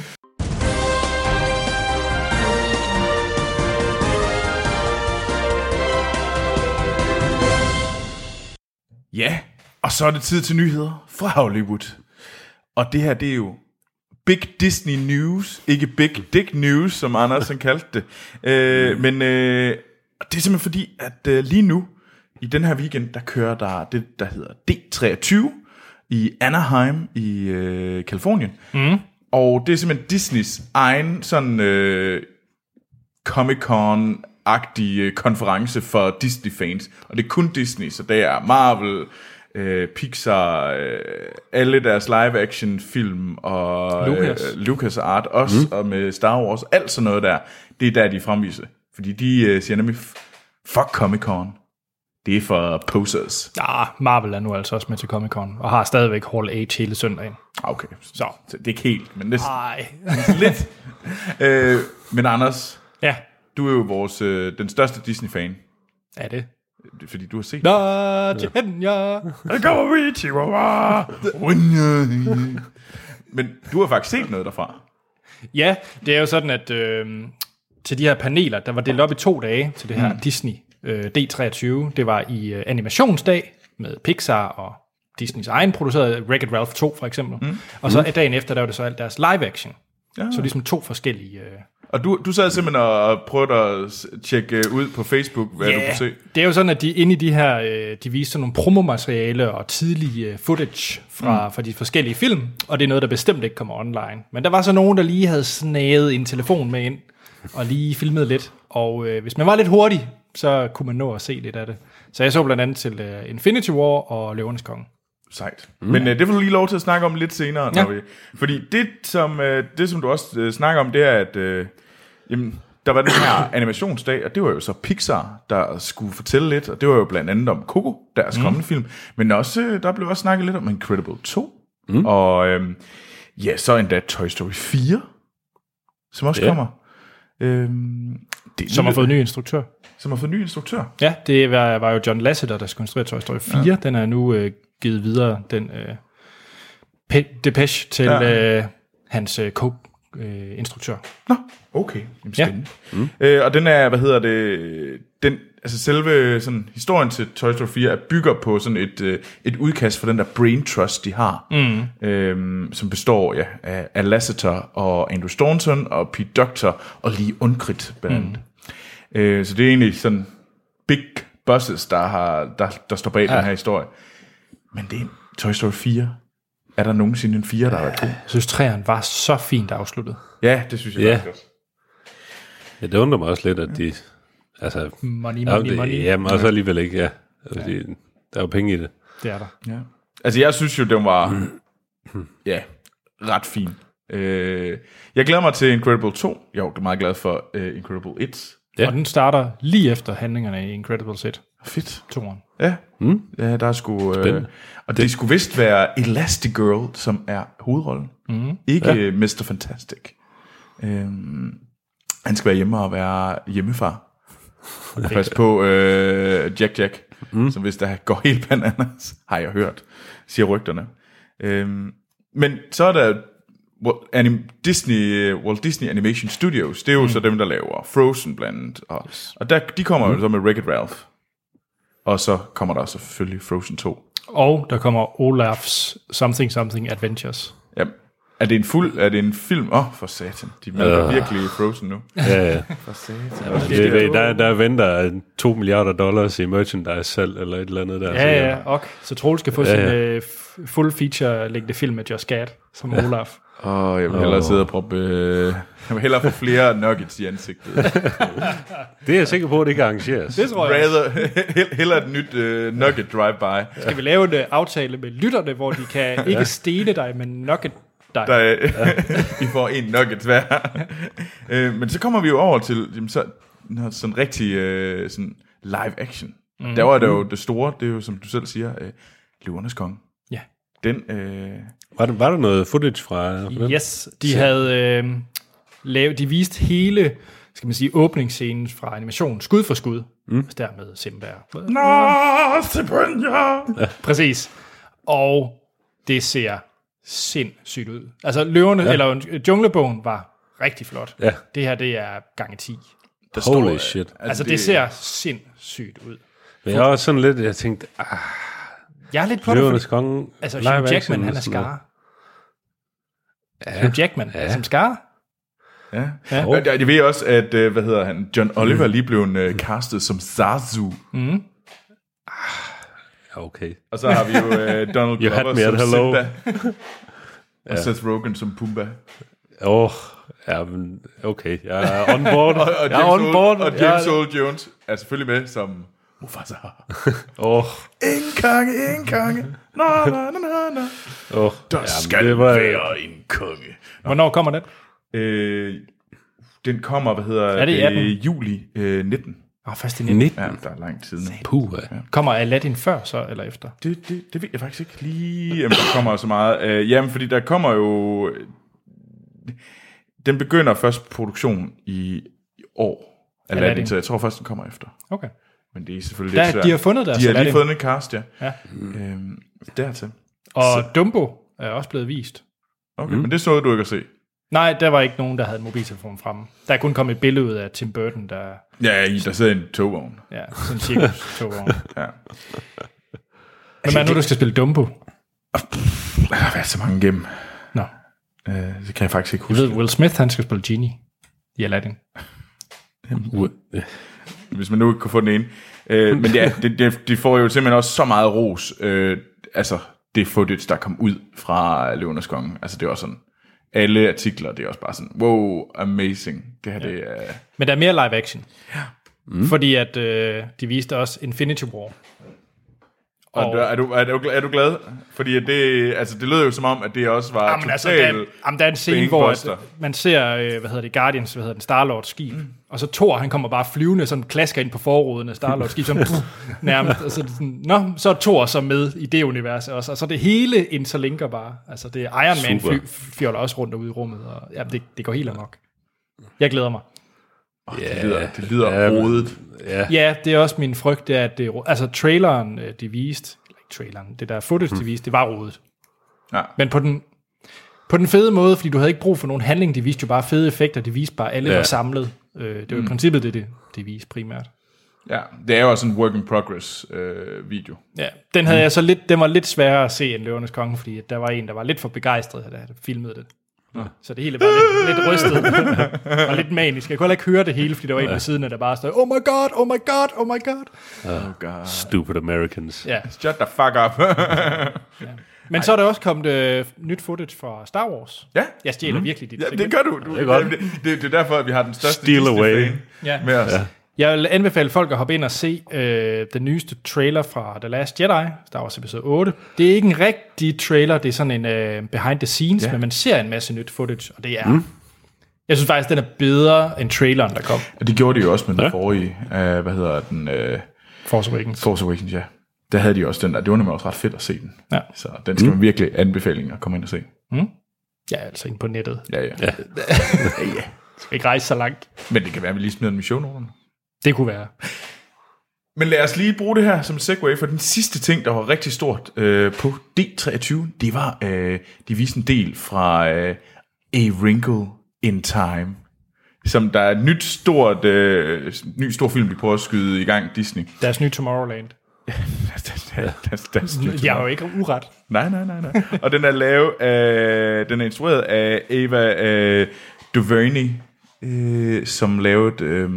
Ja, og så er det tid til nyheder fra Hollywood. Og det her, det er jo Big Disney News, ikke Big Dick News, som Anders han kaldte det. Øh, men øh, det er simpelthen fordi, at øh, lige nu, i den her weekend, der kører der det, der hedder D treogtyve i Anaheim i øh, Kalifornien. Mm. Og det er simpelthen Disneys egen sådan øh, Comic-Con-agtig øh, konference for Disney-fans. Og det er kun Disney, så det er Marvel, øh, Pixar, øh, alle deres live-action-film og Lucas. Øh, Lucas Art også, mm. og med Star Wars, alt sådan noget der. Det er der, de fremviser. Fordi de øh, siger nemlig, fuck Comic-Con. Det er for posers. Ja, Marvel er nu altså også med til Comic-Con, og har stadigvæk Hall H hele søndagen. Okay, Så. så det er ikke helt, men næsten Ej. lidt. øh, men Anders, Ja, du er jo vores, øh, den største Disney-fan. er det. Fordi du har set Nå, Kenya. det. Kommer vi, Chihuahua. Men du har faktisk set noget derfra. Ja, det er jo sådan, at øh, til de her paneler, der var delt op i to dage til det her mm. Disney øh, D treogtyve. Det var i øh, animationsdag med Pixar og Disneys egen producerede Wreck-It Ralph to for eksempel. Mm. Og så mm. dagen efter, der var det så alt deres live action. Ja. Så ligesom to forskellige... Øh, Og du, du sad simpelthen og prøvede at s- tjekke ud på Facebook, hvad yeah. du kunne se. Det er jo sådan, at de inde i de her, øh, de viste sådan nogle promomateriale og tidlige øh, footage fra, mm. fra de forskellige film, og det er noget, der bestemt ikke kommer online. Men der var så nogen, der lige havde snaget en telefon med ind, og lige filmet lidt. Og øh, hvis man var lidt hurtig, så kunne man nå at se lidt af det. Så jeg så blandt andet til øh, Infinity War og Løvernes Konge. Sejt. Mm. Men øh, det får du lige lov til at snakke om lidt senere. Ja. Når vi, fordi det som, øh, det, som du også øh, snakker om, det er, at øh, jamen, der var den her animationsdag, og det var jo så Pixar, der skulle fortælle lidt, og det var jo blandt andet om Coco, deres mm. kommende film. Men også, øh, der blev også snakket lidt om Incredible to, mm. og øh, ja, så endda Toy Story fire, som også Ja. kommer. Øhm, det, Som har fået ny instruktør. som har fået ny instruktør. Ja, det var, var jo John Lasseter, der skulle instruere Toy Story fire. Ja. Den er nu øh, givet videre den øh, pe- depeche til Ja. øh, hans øh, co-instruktør. Nå, okay. Jamen, Ja. spændende. Mm. Øh, og den er, hvad hedder det, den, altså selve sådan, historien til Toy Story fire er bygger på sådan et, øh, et udkast for den der brain trust, de har, mm. øhm, som består ja, af, af Lasseter og Andrew Staunton og Pete Docter og Lee Unkrich blandt andet. Mm. Øh, så det er egentlig sådan big bosses, der, har, der, der står bag ja. den her historie. Men det er en Toy Story fire. Er der nogensinde en fire, der har været god? Jeg synes, træerne var så fint afsluttet. Ja, det synes jeg Ja. faktisk også. Ja, det undrer mig også lidt, at de... Altså, Money, ja, money, det, money. Jamen, også alligevel ikke, ja. Altså, de, der er jo penge i det. Det er der. Ja. Altså, jeg synes jo, den var ja, ret fin. Øh, jeg glæder mig til Incredible to. Jeg er meget glad for uh, Incredible et. Ja. Og den starter lige efter handlingerne i Incredibles et. Fedt. Toren. Ja, mm. ja der er sgu... Øh, Spændende. og det skulle vist være Elastigirl, som er hovedrollen. Mm. Ikke ja. mister Fantastic. Øhm, han skal være hjemme og være hjemmefar. Og passe på øh, Jack Jack, mm. som hvis der går helt bananas, har jeg hørt, siger rygterne. Øhm, men så er der Anim- Disney, Walt Disney Animation Studios. Det er jo mm. så dem, der laver Frozen blandt andet. Og, yes. og der, de kommer mm. jo så med Wreck-It Ralph. Og så kommer der selvfølgelig Frozen to. Og der kommer Olaf's Something Something Adventures. Ja, er det en fuld, er det en film? Åh, oh, for satan. De er uh. virkelig Frozen nu. Ja, ja. For satan. Det, det, der, der venter to milliarder dollars i merchandise-salg, eller et eller andet der. Ja, ja, og så Troels skal få ja, ja. sin øh, full feature-længde film med Josh Gad som ja. Olaf. Åh, oh, jeg vil hellere sidde og proppe... Øh, jeg vil hellere få flere nuggets i ansigtet. Det er jeg sikker på, at det kan arrangeres. Det tror jeg. Rather, hellere et nyt uh, nugget drive-by. Skal vi lave en uh, aftale med lytterne, hvor de kan ikke stene dig, men nugget dig? Der, ja. I får en nugget hver. uh, men så kommer vi jo over til jamen, så, sådan rigtig uh, sådan live action. Mm. Der var det jo det store, det er jo som du selv siger, uh, Løvernes Konge. Ja. Den... Uh, Var der, var der noget footage fra, fra den? Yes, de havde øh, lavet, de viste hele, skal man sige, åbningsscenen fra animationen, skud for skud. Mm. Der med Simba. Nå, Simba! Præcis. Og det ser sindssygt ud. Altså løverne, ja. eller Junglebogen var rigtig flot. Ja. Det her, det er gange ti. Der Holy står, shit. Altså, altså det, det ser sindssygt ud. Men jeg var også sådan lidt, jeg tænkte, ah, Jeg er lidt på det, Løvernes fordi, Konge, altså live Hugh Jackman, action, han er sådan noget. Scar. Ja. Hugh Jackman Ja. som Scar. Ja. Ja. ja. Og jeg ved også, at, uh, hvad hedder han, John Oliver lige blev uh, castet som Zazu. Mm. Ja, okay. Og så har vi jo uh, Donald You had Glover me at som hello. Simba. Og Ja. Seth Rogen som Pumbaa. Åh, oh, ja, men okay, jeg er on board. Og, og jeg er James, on board. Earl, og James Earl Jones er selvfølgelig med som Mufasa. Åh, oh, Ingen konge, ingen konge. Nå, nå, nå, nå, nå. oh, Der skal det var, være en konge. Hvornår kommer den? Øh, den kommer, hvad hedder Er det i atten? juli øh, nitten. Åh, oh, først i nitten. nitten. Ja, der er lang tid nu. Puh, ja. Kommer Aladdin før så, eller efter? Det, det, det ved jeg faktisk ikke lige, jamen, der kommer så meget. Øh, jamen, fordi der kommer jo... Den begynder først produktion i, i år, Aladdin, Aladdin. så jeg tror først, den kommer efter. Okay. Men det er selvfølgelig Der, lidt svært. de har fundet deres De har lige Aladdin. fundet en cast, ja. Ja. Øhm, dertil. Og Så- Dumbo er også blevet vist. Okay, mm. men det så du ikke at se. Nej, der var ikke nogen, der havde en mobiltelefon fremme. Der er kun kommet et billede ud af Tim Burton, der Ja, i, der sidder en togvogn. ja, sådan en cirkus togvogn. Ja. Hvem er nu, der skal spille Dumbo? Der har været så mange gennem. Nå. Øh, det kan jeg faktisk ikke Jeg huske. ved, Will Smith, han skal spille Genie i Aladdin. Hvis man nu ikke kunne få den ene. Øh, men ja, det, det, de får jo simpelthen også så meget ros. Øh, altså, det footage, der kom ud fra Løvernes Konge. Altså, det er også sådan... Alle artikler, det er også bare sådan, wow, amazing. Det her, ja. det er... Men der er mere live action. Ja. Mm. Fordi at øh, de viste også Infinity War. Og, og er, du, er, du, er du glad? Fordi at det, altså, det lød jo som om, at det også var Jamen, altså, totalt... der, jamen, der er en scene, hvor at, man ser, øh, hvad hedder det, Guardians, hvad hedder den, Star-Lords skib. Mm. Og så Thor, han kommer bare flyvende, sådan klasker ind på forruden af Star-Lords skib, sådan pff, nærmest. Altså, det er sådan, nå, så er Thor så med i det univers også. Og så det hele interlinker bare. Altså, det er Iron Man fly, fjoller også rundt derude i rummet. Og, jamen, det, det går helt amok. Jeg glæder mig. Oh, det lyder, det lyder Ja, rodet. Ja. Ja, det er også min frygt, det er, at det, altså traileren, de viste, traileren. Det der footage, de viste, det var rodet. Ja. Men på den, på den fede måde, fordi du havde ikke brug for nogen handling, de viste jo bare fede effekter, de viste bare, alle ja. var samlet. Øh, det var i mm. princippet det, det, de viste primært. Ja, det er jo også en work in progress øh, video. Ja, den havde mm. jeg så lidt, den var lidt sværere at se end Løvernes Konge, fordi der var en, der var lidt for begejstret, da jeg filmede det. Ja. Så det hele var lidt, lidt rystet og lidt manisk. Jeg kunne heller ikke høre det hele, fordi der var en ved siden af, der bare stod, oh my god, oh my god, oh my god. Oh god. Stupid Americans. Ja. Shut the fuck up. Ja. Men Ej. så er der også kommet øh, nyt footage fra Star Wars. Ja. Jeg stjæler mm. virkelig dit. Ja, det gør du. du det, er det, det, det er derfor, at vi har den største Steal away. Ja. med os. Ja. Jeg vil anbefale folk at hoppe ind og se øh, den nyeste trailer fra The Last Jedi, Star Wars episode otte. Det er ikke en rigtig trailer, det er sådan en øh, behind the scenes, ja. men man ser en masse nyt footage, og det er... Mm. Jeg synes faktisk, den er bedre end traileren, der kom. Og det gjorde de jo også med den ja. forrige, øh, hvad hedder den? Øh, Force Awakens. Force Awakens, ja. Der havde de også den der. Det var nemlig også ret fedt at se den. Ja. Så den skal mm. man virkelig anbefale at komme ind og se. Mm. Ja, altså ind på nettet. Ja, ja. ja. ja. Skal ikke rejse så langt. Men det kan være, at vi lige smider den i shownoterne. Det kunne være. Men lad os lige bruge det her som segway, for den sidste ting, der var rigtig stort øh, på D treogtyve, det var, øh, de viste en del fra øh, A Wrinkle in Time, som der er et nyt stort, øh, ny stor film, de prøver at skyde i gang, Disney. Deres nye Tomorrowland. Jeg har jo ikke uret. Nej, nej, nej, nej. Og den er lavet af, den er instrueret af Ava øh, DuVernay, øh, som lavede... Øh,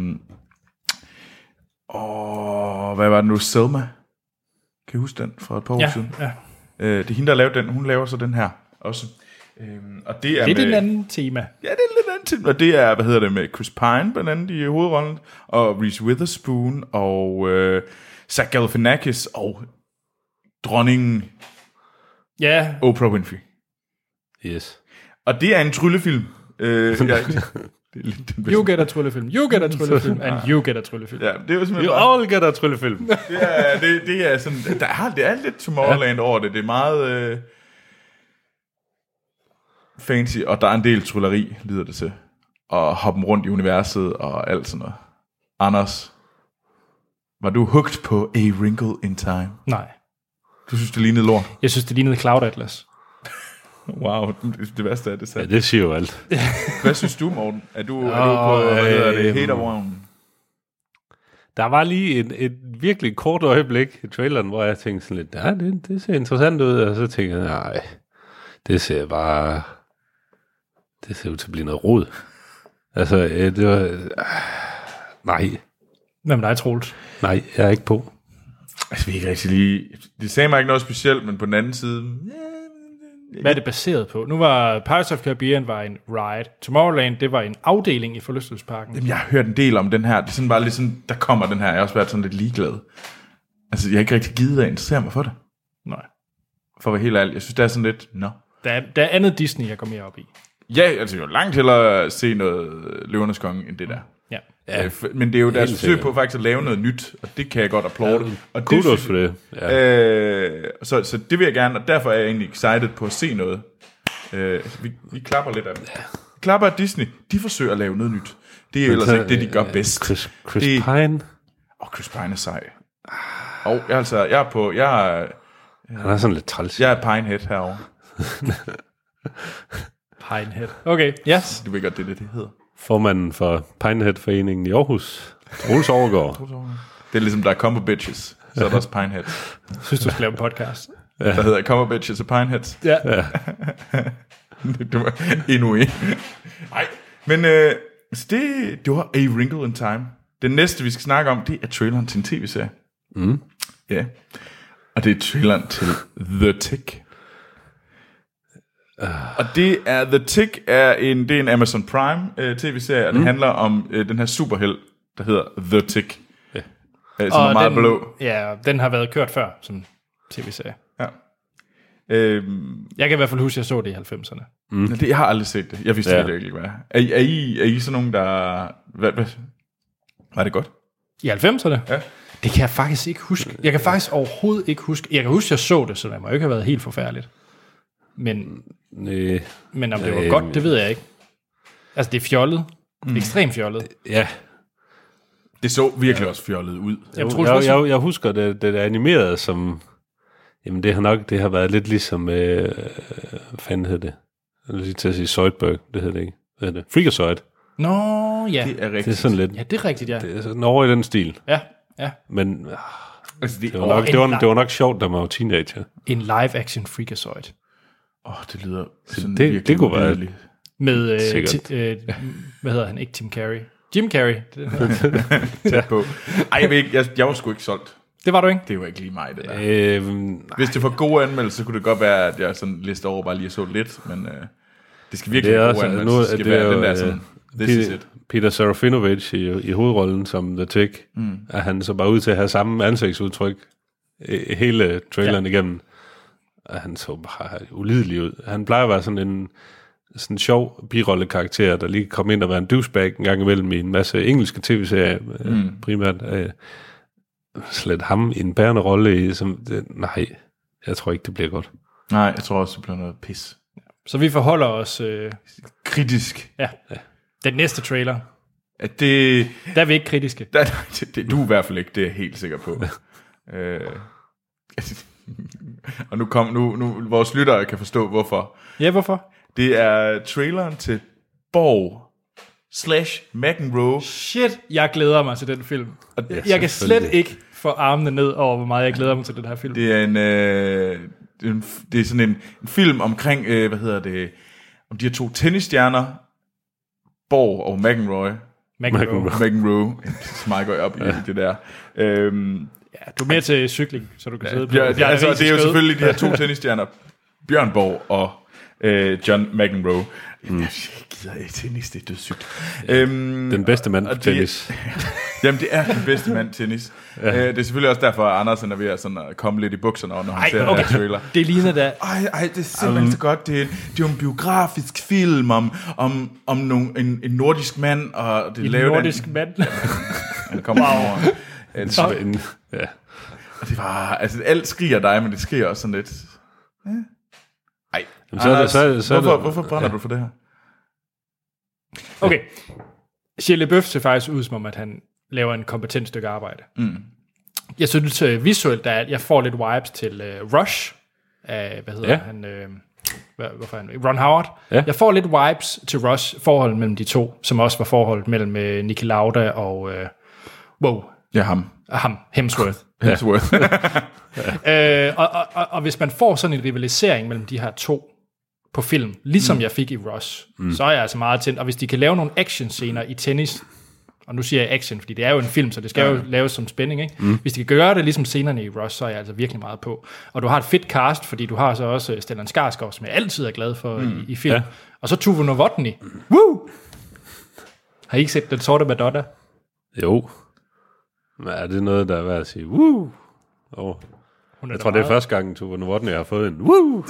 Åh, hvad var det nu? Selma? Kan I huske den fra et par år ja, siden? Ja, øh, Det er hende, der lavede den. Hun laver så den her også. Øhm, og det er lidt med, en anden tema. Ja, det er lidt anden tema. Og det er, hvad hedder det, med Chris Pine blandt andet i hovedrollen, og Reese Witherspoon, og øh, Zach Galifianakis, og dronningen ja. Oprah Winfrey. Yes. Og det er en tryllefilm. Øh, jeg, You get a tryllefilm, you get a tryllefilm, and you get a tryllefilm. Ja, det er jo simpelthen You bare, all get a tryllefilm. det, er, det, det er sådan, der er, det er lidt Tomorrowland ja. over det. Det er meget øh, fancy, og der er en del trylleri, lyder det til. Og hoppen rundt i universet og alt sådan noget. Anders, var du hooked på A Wrinkle in Time? Nej. Du synes, det lignede lort? Jeg synes, det lignede Cloud Atlas. Wow, det værste er det sandt. Ja, det siger jo alt. Hvad synes du, Morten? Er du, oh, er du på, hvad hedder det, hatervognen? Der var lige et, et virkelig kort øjeblik i traileren, hvor jeg tænkte sådan lidt, ja, det, det ser interessant ud, og så tænkte jeg, nej, det ser bare, det ser ud til at blive noget rod. Altså, det var, øh, nej. Hvad med dig, Troels? Nej, jeg er ikke på. Altså, vi er ikke rigtig lige, det sagde mig ikke noget specielt, men på den anden side, ja. Hvad er det baseret på? Nu var Pirates of the Caribbean var en ride. Tomorrowland, det var en afdeling i forlystelsesparken. Jamen, jeg har hørt en del om den her. Det er sådan bare lidt sådan, der kommer den her. Jeg har også været sådan lidt ligeglad. Altså, jeg har ikke rigtig givet at interessere mig for det. Nej. For at være helt ærlig. Jeg synes, det er sådan lidt, nå. Der er, der er andet Disney, jeg går mere op i. Ja, altså jo langt hellere at se noget Løvernes Konge end det der. Ja. Ja, men det er jo deres forsøg på faktisk at lave noget nyt, og det kan jeg godt applaude. Ja, og kudos det, for det. Ja. Øh, så, så det vil jeg gerne, og derfor er jeg egentlig excited på at se noget. Øh, vi, vi klapper lidt af det. Vi klapper af Disney. De forsøger at lave noget nyt. Det er ellers ikke det, de gør bedst. Chris, Chris det, Pine. Åh, oh, Chris Pine er sej. Og jeg, altså, jeg er på, jeg er... Han er sådan lidt træls. Jeg er Pinehead herovre. Pinehead. Okay, yes. Du ved godt, det er det, det hedder. Formanden for Pinehead-foreningen i Aarhus, Troels Overgaard. Det er ligesom, der er Combo Bitches, så er der også Pinehead. Jeg synes, du skal lave en podcast. Ja. Der hedder Combo Bitches og Pineheads. Ja. ja. Du var endnu en. Nej, men øh, det, det var A Wrinkle in Time. Den næste, vi skal snakke om, det er traileren til en tv-serie. Mm. Ja. Og det er traileren til The Tick. Uh. Og det er The Tick er en det er en Amazon Prime uh, tv-serie, og det mm. handler om uh, den her superhelt, der hedder The Tick. Yeah. Uh, som og er meget den, blå. Ja, den har været kørt før som tv-serie. Ja. Um, jeg kan i hvert fald huske, at jeg så det i halvfemserne. Mm. Det, jeg har aldrig set det. Jeg vidste ja. det ikke, hvad er. Er, er, I, er I sådan nogen, der... Hvad, hvad? Var det godt? I halvfemserne? Ja. Det kan jeg faktisk ikke huske. Jeg kan faktisk overhovedet ikke huske. Jeg kan huske, at jeg så det, så det må jo ikke have været helt forfærdeligt. Men, Næh. men om det var godt, det ved jeg ikke. Altså, det er fjollet. Mm. Ekstremt fjollet. Ja. Det så virkelig ja. også fjollet ud. Jeg, jeg, jeg, jeg husker, det, det er animeret som Jamen, det har nok det har været lidt ligesom... Øh, hvad fanden hed det? Jeg vil lige til at sige Zoidberg. Det hedder det ikke. Hvad hedder det? Freakazoid. Nå, ja. Det er rigtigt. Det er sådan lidt... Ja, det er rigtigt, ja. Det er sådan over i den stil. Ja, ja. Men øh, Altså, det, det, var nok, det, var, det var nok sjovt, da man var teenager. En live-action Freakazoid. Åh, oh, det lyder sådan det- virkelig det kunne være- ubehageligt. Med, øh, Sikkert. ti, øh, hvad hedder han? Ikke Tim Carrey. Jim Carrey. Det, Tæt på. Ej, jeg, ved ikke, jeg, jeg var sgu ikke solgt. det var du ikke? Det var ikke lige mig, det der. Øh, Hvis det får gode anmeldelser, så kunne det godt være, at jeg sådan lister over bare lige så lidt, men øh, det skal virkelig det er være gode også, anmeldelser. nu, Det skal det være er den jo, der øh, sådan, this is Peter, it. Peter Serafinovich i, i hovedrollen som The Tick, mm. er han så bare ud til at have samme ansigtsudtryk øh, hele traileren ja. igennem. Og han så bare ulidelig ud. Han plejer at være sådan en sådan en sjov birollekarakter, der lige kan komme ind og være en douchebag en gang imellem i en masse engelske tv-serier, mm. primært. Øh, slet ham i en bærende rolle i, som, det, nej, jeg tror ikke, det bliver godt. Nej, jeg tror også, det bliver noget pis. Så vi forholder os... Øh, Kritisk. ja. Den næste trailer, At det, der er vi ikke kritiske. der, det, det, du er i hvert fald ikke, det er jeg helt sikker på. øh, og nu kom nu, nu vores lyttere kan forstå, hvorfor. Ja, hvorfor? Det er traileren til Borg slash McEnroe. Shit, jeg glæder mig til den film. Og det er Jeg kan slet ikke få armene ned over, hvor meget jeg glæder mig til den her film. Det er en, øh, det er en det er sådan en, en film omkring, øh, hvad hedder det, om de her to tennisstjerner, Borg og McEnroe. McEnroe. McEnroe, så meget går jeg op i ja. det der. Øhm, Ja, du er mere til cykling, så du kan sidde på. ja, Bjarne altså, Riis' det er jo skød. selvfølgelig de her to tennisstjerner, Bjørn Borg og øh, John McEnroe. Mm. Jeg gider ikke tennis, det er dødssygt. Øhm, Den bedste mand og på tennis. Det, jamen, det er den bedste mand tennis. Ja. Øh, det er selvfølgelig også derfor, at Andersen er ved at, sådan, at komme lidt i bukserne, når han Ej, ser okay. den her trailer. Det ligner da... Ej, ej, det er simpelthen så godt. Det er, det er jo en biografisk film om, om, om nogle, en, en nordisk mand, og det er En lavet af nordisk mand. Han kommer over. Ja, det, Svend. Ja. og det var, altså alt skriger dig, men det skriger også sådan lidt. Ja. Ej, Jamen, så er det- Anders, så er det- så er hvorfor, det- hvorfor brænder ja. du for det her? Okay. Shia LaBeouf ser faktisk ud som om, at han laver en kompetent stykke arbejde. Mm. Jeg synes uh, visuelt, at jeg får lidt vibes til uh, Rush. Af, hvad hedder Ja. han? Uh, hvad, hvorfor han? Ron Howard. Ja. Jeg får lidt vibes til Rush, forholdet mellem de to, som også var forholdet mellem uh, Niki Lauda og uh, wow, Ja, ham. ham, Hemsworth. Hemsworth. øh, og, og, og, og hvis man får sådan en rivalisering mellem de her to på film, ligesom mm. jeg fik i Rush, mm. så er jeg altså meget tændt. Og hvis de kan lave nogle action-scener i tennis, og nu siger jeg action, fordi det er jo en film, så det skal ja. jo laves som spænding, ikke? Mm. Hvis de kan gøre det ligesom scenerne i Rush, så er jeg altså virkelig meget på. Og du har et fedt cast, fordi du har så også Stellan Skarsgård, som jeg altid er glad for mm. i, i film. Ja. Og så Tuvo Novotny. Woo! Har I ikke set Den Sorte Madonna? Jo. Men er det noget, der er værd at sige? Woo! Oh. Hun er Jeg da tror, det er meget- første gang, Tuva Novotny har fået en woo!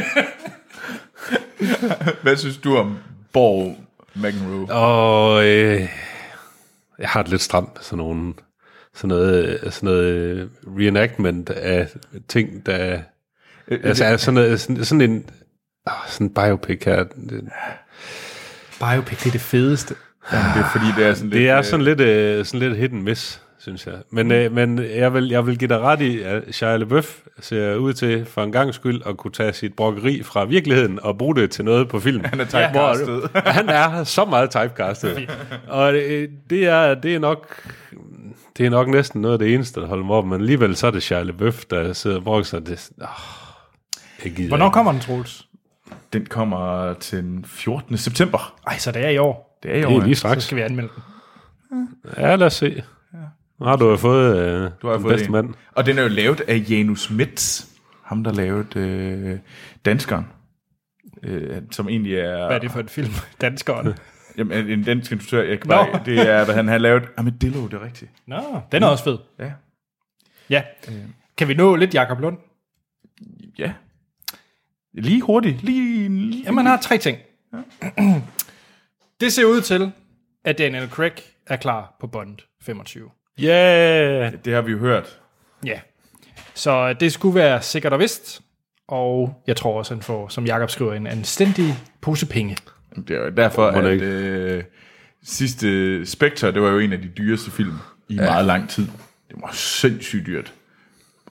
Hvad synes du om Borg McEnroe? Og øh, jeg har det lidt stramt sådan nogle sådan noget, sådan noget reenactment af ting, der Øh, altså er sådan, noget, sådan, sådan en oh, sådan en biopic her. Det, Biopic, det er det fedeste. Jamen, det er fordi, det er sådan lidt... det er øh, sådan lidt, øh, sådan lidt hit and miss, synes jeg. Men, øh, men jeg, vil, jeg vil give dig ret i, at Shia LaBeouf ser ud til for en gang skyld at kunne tage sit brokkeri fra virkeligheden og bruge det til noget på film. Han er typecastet. Hvor- han er så meget typecastet. Og det, det, er, det er nok... Det er nok næsten noget af det eneste, der holder mig op, men alligevel så er det Shia LaBeouf, der sidder og brokker sig. Det, oh, jeg gider Hvornår ikke. kommer den, Troels? Den kommer til den fjortende september. Ej, så det er i år. Det er i Det år, er ja. lige Så straks. skal vi anmelde den. Ja, lad os se. Nu har du jo fået øh, Du har den fået bedste en. mand. Og den er jo lavet af Janus Metz. Ham, der lavede øh, Danskeren. Øh, som egentlig er... Hvad er det for en film? Danskeren. Jamen, en dansk instruktør. Jeg kan Nå. bare, det er, hvad han har lavet. Armadillo, det er rigtigt. Nå, den er også fed. Ja. Ja. Kan vi nå lidt Jakob Lund? Ja. Lige hurtigt. Lige... lige Jamen, han har tre ting. Det ser ud til, at Daniel Craig er klar på Bond femogtyve. Yeah! Det har vi jo hørt. Ja. Så det skulle være sikkert og vist. Og jeg tror også, han får, som Jakob skriver, en anstændig pose penge. Det er jo derfor, Må det at ikke? øh, sidste Spectre, det var jo en af de dyreste film i ja. meget lang tid. Det var sindssygt dyrt.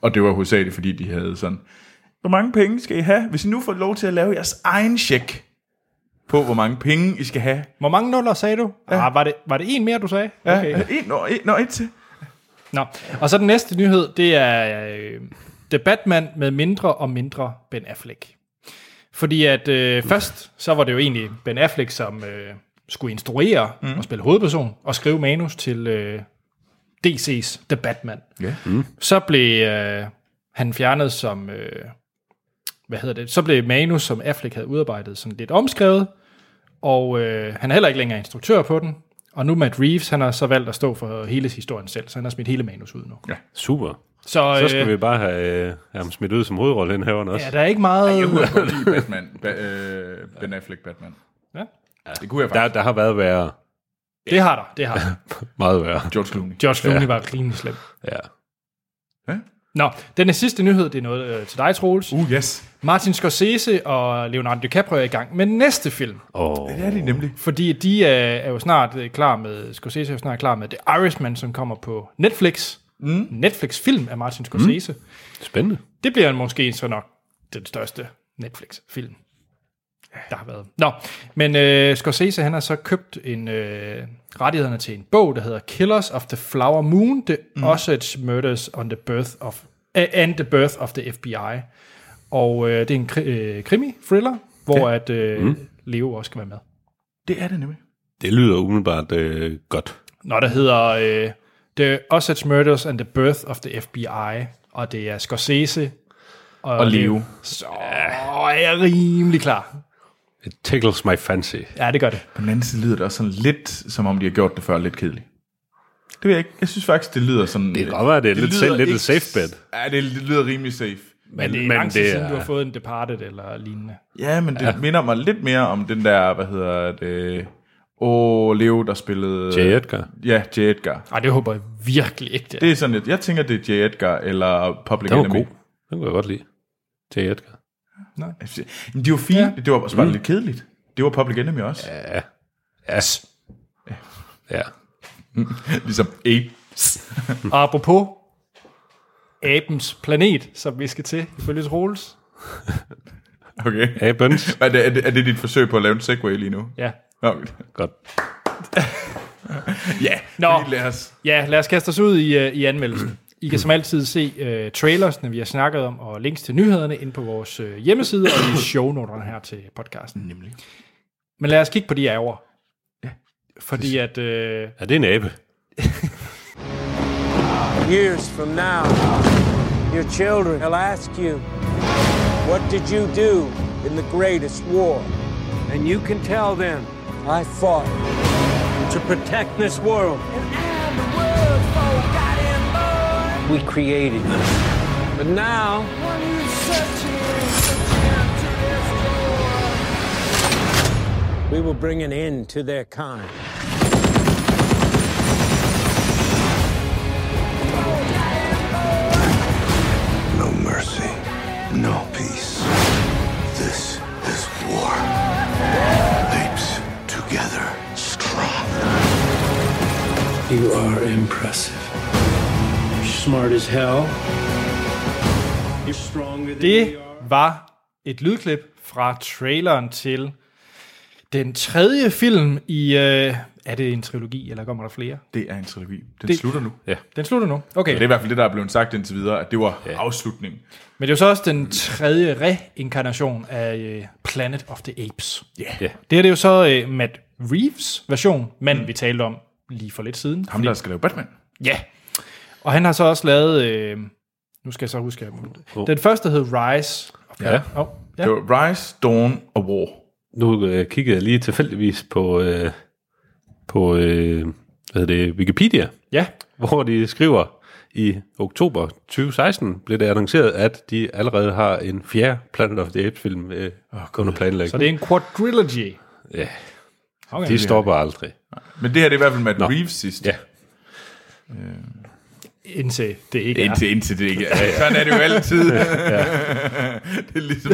Og det var hovedsageligt, fordi de havde sådan, hvor mange penge skal I have, hvis I nu får lov til at lave jeres egen check på, hvor mange penge I skal have. Hvor mange nuller sagde du? Ja. Ah, var, det, var det en mere, du sagde? Ja, okay. en, nå, en, nå, et til. Nå, og så den næste nyhed, det er øh, The Batman med mindre og mindre Ben Affleck. Fordi at øh, først, så var det jo egentlig Ben Affleck, som øh, skulle instruere mm. og spille hovedperson, og skrive manus til øh, D C's The Batman. Yeah. Mm. Så blev øh, han fjernet som, øh, hvad hedder det, så blev manus, som Affleck havde udarbejdet, sådan lidt omskrevet, og øh, han er heller ikke længere instruktør på den, og nu Matt Reeves, han har så valgt at stå for hele historien selv, så han har smidt hele manus ud nu. Ja. Super. Så, så skal øh, vi bare have øh, ham smidt ud som hovedrolleindhaveren også. Ja, der er ikke meget... Jeg kunne godt lide Batman, ba- øh, Ben Affleck Batman. Ja. Det kunne jeg Der, faktisk. der har været værre. Det har der, det har der. Meget værre. George Clooney. George Clooney ja. var rimelig slem. Ja. Ja? Nå, den sidste nyhed, det er noget øh, til dig, Troels. Uh, yes. Martin Scorsese og Leonardo DiCaprio er i gang med næste film. Oh. Det er de nemlig. Fordi de er, er jo snart øh, klar med, Scorsese er jo snart klar med The Irishman, som kommer på Netflix. Mm. Netflix-film af Martin Scorsese. Mm. Spændende. Det bliver måske så nok den største Netflix-film, der har været. Nå, men øh, Scorsese, han har så købt en øh, rettighederne til en bog, der hedder Killers of the Flower Moon, The mm. Osage Murders on the Birth of, uh, and the Birth of the F B I. Og øh, det er en kri- øh, krimi-thriller, hvor ja. at øh, mm. Leo også skal være med. Det er det nemlig. Det lyder umiddelbart øh, godt. Når der hedder øh, The Osage Murders and the Birth of the F B I, og det er Scorsese og, Og Leo. Så er jeg rimelig klar. It tickles my fancy. Ja, det gør det. På den anden side lyder det også sådan lidt, som om de har gjort det før, lidt kedeligt. Det ved jeg ikke. Jeg synes faktisk, det lyder sådan... Det kan godt være, det er lidt, selv, lidt et safe bet. Ja, det, det lyder rimelig safe. Men det er men lang tid det siden, er- du har fået en Departed eller lignende. Ja, men det ja. minder mig lidt mere om den der, hvad hedder det... Åh, Leo, der spillede... J. Edgar. Ja, J. Edgar. Ej, det håber jeg virkelig ikke, det er. Det er sådan lidt... Jeg tænker, det er J. Edgar eller Public Den var Enemy. god. Den kunne jeg godt lide. J. Edgar. Men de var fine. Ja. Det var også bare mm. lidt kedeligt. Det var Public Enemy også. Ja. Yes. Ja. Ja. Ligesom Apes. Og apropos Abens planet, som vi skal til, ifølge Troels. Okay. Abens. Er det, er, det, er det dit forsøg på at lave en segway lige nu? Ja. Okay. Godt. Ja, Nå. fordi lad os... Ja, lad os kaste os ud i, uh, i anmeldelsen. I kan som altid se uh, trailersne, vi har snakket om, og links til nyhederne inde på vores uh, hjemmeside og i shownoterne her til podcasten. Nemlig. Men lad os kigge på de ærger. Ja. Fordi at... Uh, Er det en abe? Years from now, your children will ask you, what did you do in the greatest war? And you can tell them, I fought to protect this world. We created them. But now, we will bring an end to their kind. No mercy, no peace. This is war. Apes together, strong. You are impressive. You're smart as hell. You're stronger than det we are. var et lydklip fra traileren til den tredje film i... Uh, er det en trilogi, eller kommer der flere? Det er en trilogi. Den Det- det... slutter nu. Ja. Den slutter nu. Okay. Det er i hvert fald det, der er blevet sagt indtil videre, at det var ja. afslutningen. Men det er jo så også den tredje reinkarnation af uh, Planet of the Apes. Ja. Ja. Det her det er jo så uh, Matt Reeves version, manden mm. vi talte om lige for lidt siden. Ham, der skal lave Batman. Ja. Og han har så også lavet... Øh, nu skal jeg så huske... Oh. Den første hed Rise. Ja. Oh, ja. Det var Rise, Dawn og War. Nu øh, kiggede jeg lige tilfældigvis på, øh, på øh, hvad hedder det, Wikipedia, Ja. hvor de skriver, i oktober tyve seksten blev det annonceret, at de allerede har en fjerde Planet of the Apes-film øh, oh, under planlægning. Så det er en quadrilogy. Ja, Okay. de stopper aldrig. Men det her det er i hvert fald Matt Nå. Reeves sidst. Ja. Indtil det ikke er. Indtil, indtil det ikke er. Sådan er det jo altid. Ja. Det er ligesom...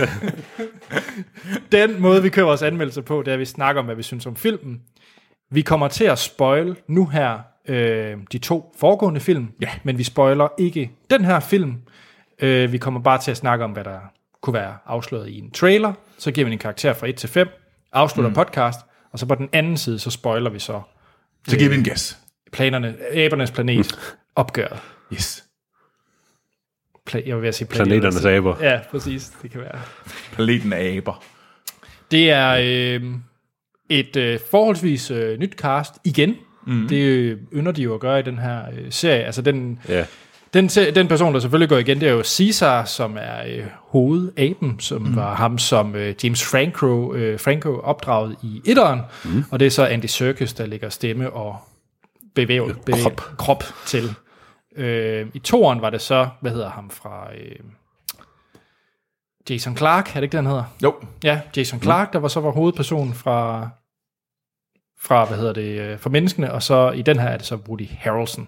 Den måde, vi kører vores anmeldelser på, det er, at vi snakker om, hvad vi synes om filmen. Vi kommer til at spoil nu her øh, de to foregående film, Ja. men vi spoiler ikke den her film. Øh, vi kommer bare til at snakke om, hvad der kunne være afsløret i en trailer. Så giver vi en karakter fra et til fem, afslutter mm. podcast, og så på den anden side, så spoiler vi så Så giver vi en gas. planerne, æbernes planet, opgøret. Yes. Pla- jeg vil ved at sige Planeternes aber. Ja, præcis. Det kan være. Planeten af aber. Det er øh, et øh, forholdsvis øh, nyt cast igen. Mm. Det øh, ynder de jo at gøre i den her øh, serie. Altså den, Ja. den, den person, der selvfølgelig går igen, det er jo Caesar, som er øh, hovedaben, som mm. var ham, som øh, James Franco, øh, Franco opdraget i etteren. Mm. Og det er så Andy Serkis, der lægger stemme og bevæger, bevæger krop. krop til. Øh, I toeren var det så, hvad hedder ham fra... Øh, Jason Clarke, er det ikke det, han hedder? Jo. Ja, Jason Clarke, der var så var hovedpersonen fra, fra hvad hedder det, fra Menneskene, og så i den her er det så Woody Harrelson.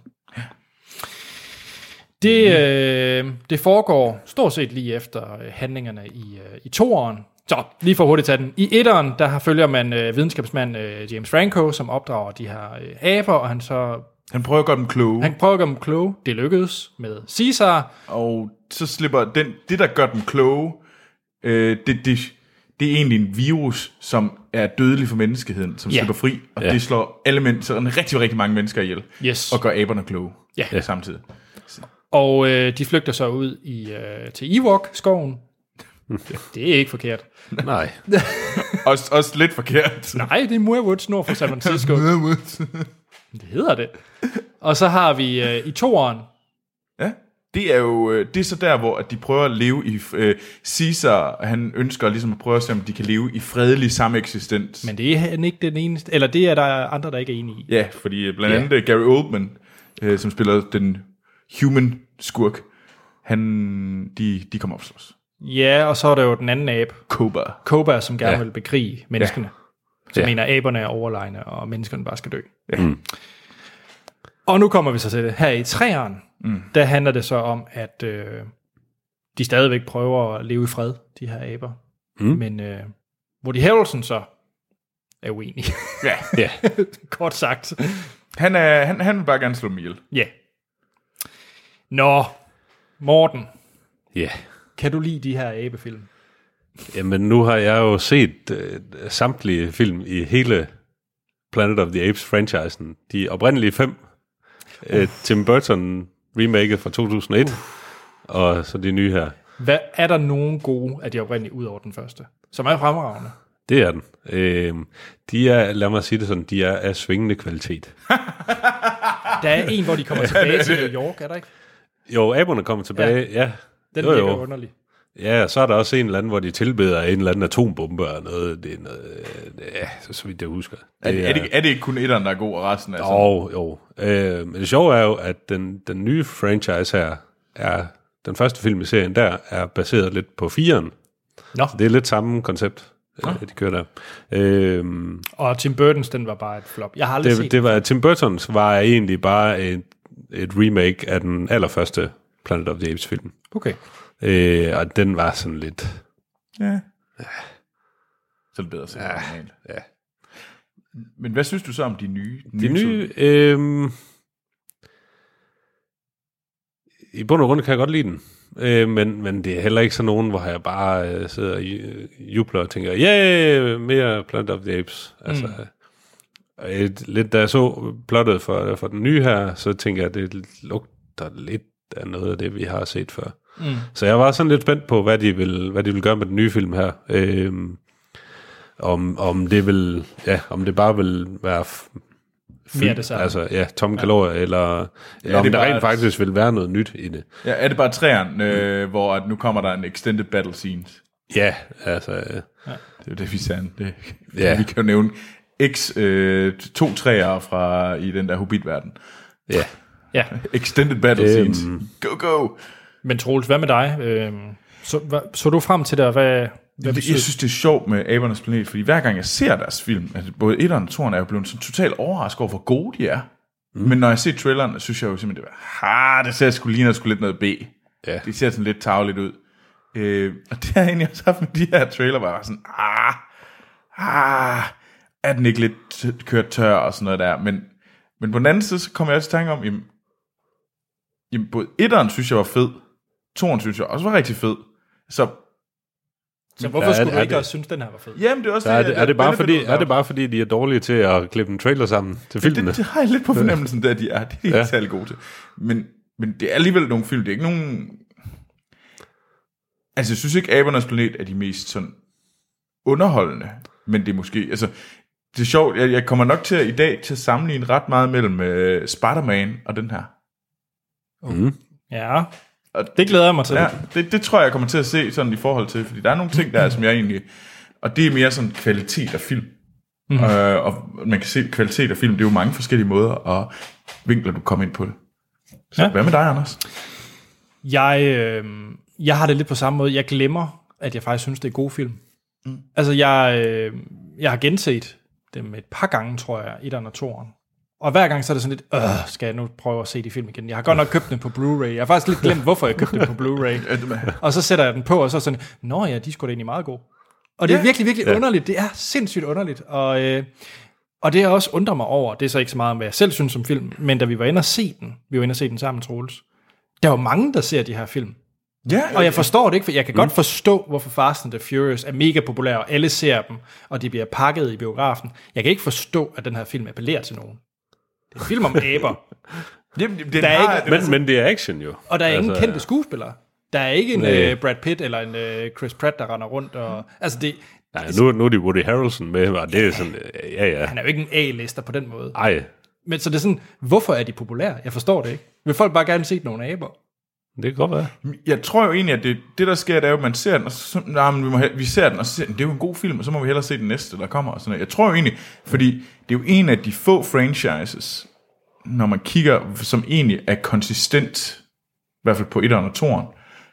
Det, øh, det foregår stort set lige efter handlingerne i, øh, i toeren. Så, lige for hurtigt tage den. I etteren, der har følger man øh, videnskabsmand øh, James Franco, som opdrager de her øh, aber, og han så... Han prøver at gøre dem kloge. Han prøver at gøre dem kloge. Det lykkedes med Caesar. Og så slipper den, det, der gør dem kloge, øh, det, det, det er egentlig en virus, som er dødelig for menneskeheden, som Ja. slipper fri, og Ja. det slår alle men, så rigtig, rigtig mange mennesker ihjel, Yes. og gør aberne kloge Ja. ja. samtidig. Og øh, de flygter så ud i, øh, til Ewok-skoven. Det er ikke forkert. Nej. Også, også lidt forkert. Nej, det er Muirwoods nord for San Francisco. Det hedder det. Og så har vi øh, i toeren. Ja, det er jo øh, det er så der, hvor at de prøver at leve i... Øh, Caesar, han ønsker ligesom at prøve at se, om de kan leve i fredelig sameksistens. Men det er han ikke den eneste. Eller det er der andre, der ikke er enige i. Ja, fordi blandt andet yeah. Gary Oldman, øh, som spiller den human skurk, han, de, de kommer op og slås. Ja, og så er der jo den anden abe. Koba. Koba, som gerne Ja. vil bekrige menneskene. Ja. Som Ja. mener, at aberne er overlegne, og menneskene bare skal dø. Ja. Mm. Og nu kommer vi så til det. Her i træeren, mm. der handler det så om, at øh, de stadigvæk prøver at leve i fred, de her aber. Mm. Men øh, Woody Harrelson så er uenig. Ja. Ja. Kort sagt. Han, er, han, han vil bare gerne slå dem ihjel. Ja. Nå, Morten, Ja. kan du lide de her abefilm? Jamen, nu har jeg jo set øh, samtlige film i hele Planet of the Apes-franchisen. De oprindelige fem. Øh, Tim Burton remaket fra to tusind og et. Uh. Og så de nye her. Hvad, er der nogen gode af de oprindelige, ud over den første? Som er fremragende. Det er den. Øh, de er, lad mig sige det sådan, de er af svingende kvalitet. Der er en, hvor de kommer tilbage til New York, er der ikke? Jo, aberne kommer tilbage, ja. ja. Den jo, virker jo. underlig. Ja, og så er der også en eller anden, hvor de tilbeder en eller anden atombombe og noget. Det er noget, ja, så, så vidt jeg husker. Er, er, det, er det ikke kun etteren, der er god, og resten er sådan? Jo, jo. Øh, men det sjove er jo, at den, den nye franchise her, er den første film i serien der, er baseret lidt på fireren. Nå. Så det er lidt samme koncept, øh, de kører der. Øh, Og Tim Burton's, den var bare et flop. Jeg har aldrig det, set det var, Tim Burton's var egentlig bare et, et remake af den allerførste Planet of the Apes film. Okay. Øh, og den var sådan lidt... Ja. ja. Så er det bedre at se. Ja. Ja. Men hvad synes du så om de nye? De nye... Øh, I bund og grund kan jeg godt lide den. Øh, men, men det er heller ikke sådan nogen, hvor jeg bare øh, sidder og jubler og tænker, yeah, mere Planet of the Apes. Mm. Altså, et, lidt da jeg så plottet for, for den nye her, så tænker jeg, at det lugter lidt af noget af det, vi har set før. Mm. Så jeg var sådan lidt spændt på, hvad de vil, hvad de vil gøre med den nye film her. Øh, om, om det vil, ja, om det bare vil være f- mere det samme. Altså, ja, tomme kalorier, ja. eller, eller ja, om der rent faktisk vil være noget nyt i det. Ja, er det bare træeren, øh, hvor at nu kommer der en extended battle scenes? Ja, altså... Ja. Det er jo det, vi sagde. Det, ja. Vi kan jo nævne x øh, to træer fra i den der Hobbit-verden. Ja. Ja. Extended battle um, scenes. Go, go! Men Troels, hvad med dig? Øhm, så, hva, så du frem til det, hvad... Jeg, jeg synes, det er sjovt med Abernes Planet, fordi hver gang jeg ser deres film, altså både etteren og toeren, er jeg blevet sådan totalt overrasket over, hvor gode de er. Mm. Men når jeg ser traileren, synes jeg jo simpelthen, det var, det ser sgu ligner sgu lidt noget B. Ja. Det ser sådan lidt tarveligt ud. Øh, og det har jeg egentlig også haft med de her trailer, hvor jeg var sådan, ah, ah, er den ikke lidt kørt tør og sådan noget der, men Men på den anden side, så kommer jeg også til tanke om, jamen, jamen både etteren synes jeg var fed, toeren synes jeg også var rigtig fed. Så Så hvorfor Ja, er skulle det- du er ikke det- også synes, den her var fed? jamen, det er også Så er det, er, det bare benefit fordi, of the er det doubt. bare fordi, de er dårlige til at klippe en trailer sammen til filmene? Det, det har jeg lidt på fornemmelsen, der de er. Det er de ikke Ja. særlig gode til. Men, men det er alligevel nogle film. Det er ikke nogen... Altså, jeg synes ikke, Abernes Planet er de mest sådan underholdende. Men det er måske... Altså, det er sjovt. Jeg, jeg kommer nok til at, i dag til at sammenligne ret meget mellem uh, Spider-Man og den her. Mm. Ja, det glæder jeg mig til. Ja, det, det tror jeg, jeg kommer til at se sådan i forhold til. Fordi der er nogle ting, der er, som jeg egentlig... Og det er mere sådan kvalitet af film. Mm. Øh, og man kan se kvalitet af film. Det er jo mange forskellige måder og vinkler, du kommer ind på det. Så Ja. hvad med dig, Anders? Jeg, øh, jeg har det lidt på samme måde. Jeg glemmer, at jeg faktisk synes, det er gode film. Mm. Altså, jeg, øh, jeg har genset dem et par gange, tror jeg, etteren og toeren. Og hver gang så er det sådan lidt, øh, skal jeg nu prøve at se de film igen? Jeg har godt nok købt den på Blu-ray. Jeg har faktisk lidt glemt, hvorfor jeg købte den på Blu-ray. Og så sætter jeg den på, og så er sådan, nå ja, de skulle da egentlig meget gode. Og det er Ja. virkelig, virkelig Ja. underligt. Det er sindssygt underligt. Og, øh, og det jeg også undrer mig over, det er så ikke så meget om, hvad jeg selv synes om film, men da vi var inde og se den, vi var inde og se den sammen, Troels, der var mange, der ser de her film. Ja, Og jeg forstår det ikke, for jeg kan mm. godt forstå, hvorfor Fast and the Furious er mega populær, og alle ser dem, og de bliver pakket i biografen. Jeg kan ikke forstå, at den her film appellerer til nogen. Det er en film om aber, Jamen, det, Der er har- ikke- Men, men det er action jo. og der er ingen Altså, kendte skuespillere. Der er ikke en Nej. uh, Brad Pitt eller en uh, Chris Pratt, der render rundt. Og, altså det, Nej, nu, nu er de Woody Harrelson med, og det er sådan, øh, ja ja. han er jo ikke en A-lister på den måde. Ej, Men så det er sådan, hvorfor er de populære? Jeg forstår det ikke. Vil folk bare gerne se nogle aber? det kan godt være. Jeg tror jo egentlig, at det, det der sker, det er jo, at man ser den, og så, nej, men vi, må, he- vi ser den, og så siger den, det er jo en god film, og så må vi hellere se den næste, der kommer. Og sådan noget. Jeg tror jo egentlig, fordi det er jo en af de få franchises, når man kigger, som egentlig er konsistent, i hvert fald på etteren og toeren,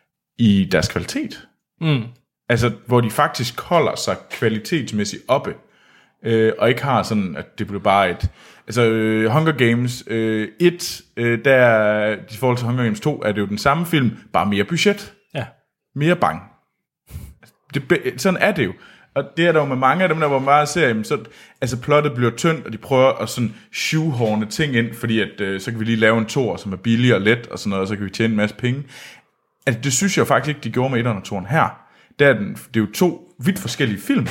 i deres kvalitet. Mm. Altså, hvor de faktisk holder sig kvalitetsmæssigt oppe, øh, og ikke har sådan, at det bliver bare et... Altså, øh, Hunger Games øh, et, øh, der, i forhold til Hunger Games to, er det jo den samme film, bare mere budget, Ja. mere bang. Det, be- sådan er det jo. Og det er der jo med mange af dem, der hvor man bare ser, jamen, så, altså plottet bliver tyndt, og de prøver at sådan shoehorne ting ind, fordi at, øh, så kan vi lige lave en toer, som er billig og let, og sådan noget, og så kan vi tjene en masse penge. Altså, det synes jeg faktisk ikke, de gjorde med etteren og toeren her. Der er den, det er jo to vidt forskellige film.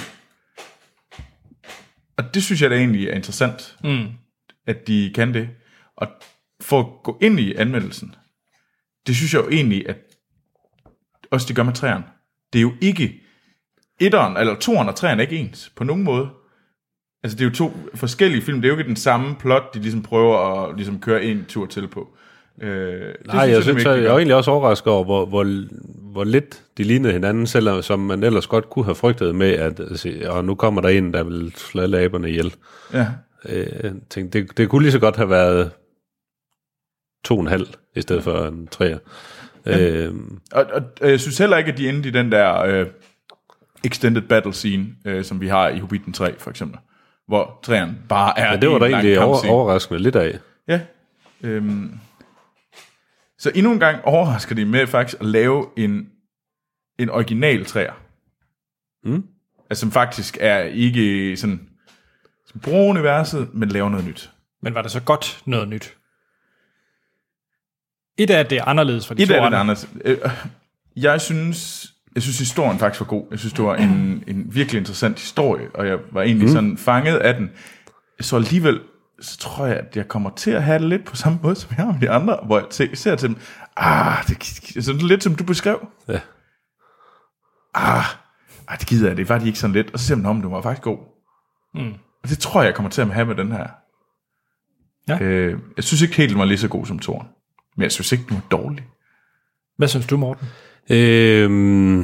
Og det synes jeg da egentlig er interessant, Mm. at de kan det. Og for at gå ind i anmeldelsen, det synes jeg jo egentlig, at også de gør med træerne. Det er jo ikke etteren, eller toeren og træerne er ikke ens, på nogen måde. Altså det er jo to forskellige film, det er jo ikke den samme plot, de ligesom prøver at ligesom køre en tur til på. Øh, det Nej, jeg, jeg synes, nemlig jeg, ikke, de jeg er gør. egentlig også overrasket over, hvor, hvor, hvor lidt de lignede hinanden, selvom som man ellers godt kunne have frygtet med, at altså, og nu kommer der en, der vil slå alle aberne ihjel. Ja. Øh, tænkte, det, det kunne lige så godt have været to og en halv, i stedet for en treer. Ja. Øh, Og, og, og jeg synes heller ikke, at de endte i den der øh, extended battle scene, øh, som vi har i Hobbiten tre, for eksempel. Hvor træerne bare er men det var en der lang egentlig over, kampscene. overraskende lidt af. Ja. Øhm. Så endnu en gang overrasker de med faktisk at lave en, en original træer. Mm. Altså som faktisk er ikke sådan som bruger universet, men laver noget nyt. Men var det så godt noget nyt? Et af det er anderledes fra de Et to af det andre. andet. Øh, Jeg synes, jeg synes historien faktisk var god. Jeg synes, det var en, en virkelig interessant historie, og jeg var egentlig mm. sådan fanget af den. Så alligevel, så tror jeg, at jeg kommer til at have det lidt på samme måde, som jeg har med de andre, hvor jeg te- ser til dem, ah, det er sådan lidt, som du beskrev. Ja. Ah, ah, det gider jeg, det var de ikke sådan lidt. Og så siger man, om du var faktisk god. Mm. Og det tror jeg, jeg kommer til at have med den her. Ja. Øh, jeg synes ikke helt, den var lige så god som toren. Men jeg synes ikke, den var dårlig. Hvad synes du, Morten? Øhm,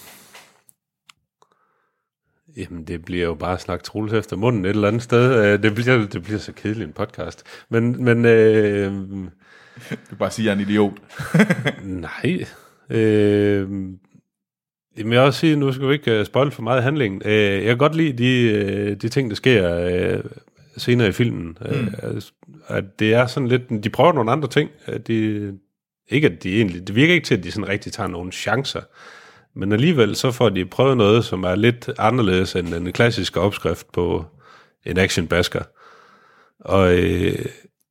jamen, det bliver jo bare snak Troels efter munden et eller andet sted. Øh, Det bliver, det bliver så kedeligt en podcast. Men, men øh, Du kan bare sige, at jeg er en idiot. nej. Øh, jamen, jeg vil også sige, nu skal vi ikke uh, spoil for meget handling. Øh, jeg kan godt lide de, uh, de ting, der sker uh, senere i filmen. Mm. Uh, at det er sådan lidt, de prøver nogle andre ting. Uh, de, ikke at de egentlig, det virker ikke til, at de sådan rigtig tager nogle chancer. Men alligevel så får de prøvet noget, som er lidt anderledes end den klassiske opskrift på en action-basker. Og øh,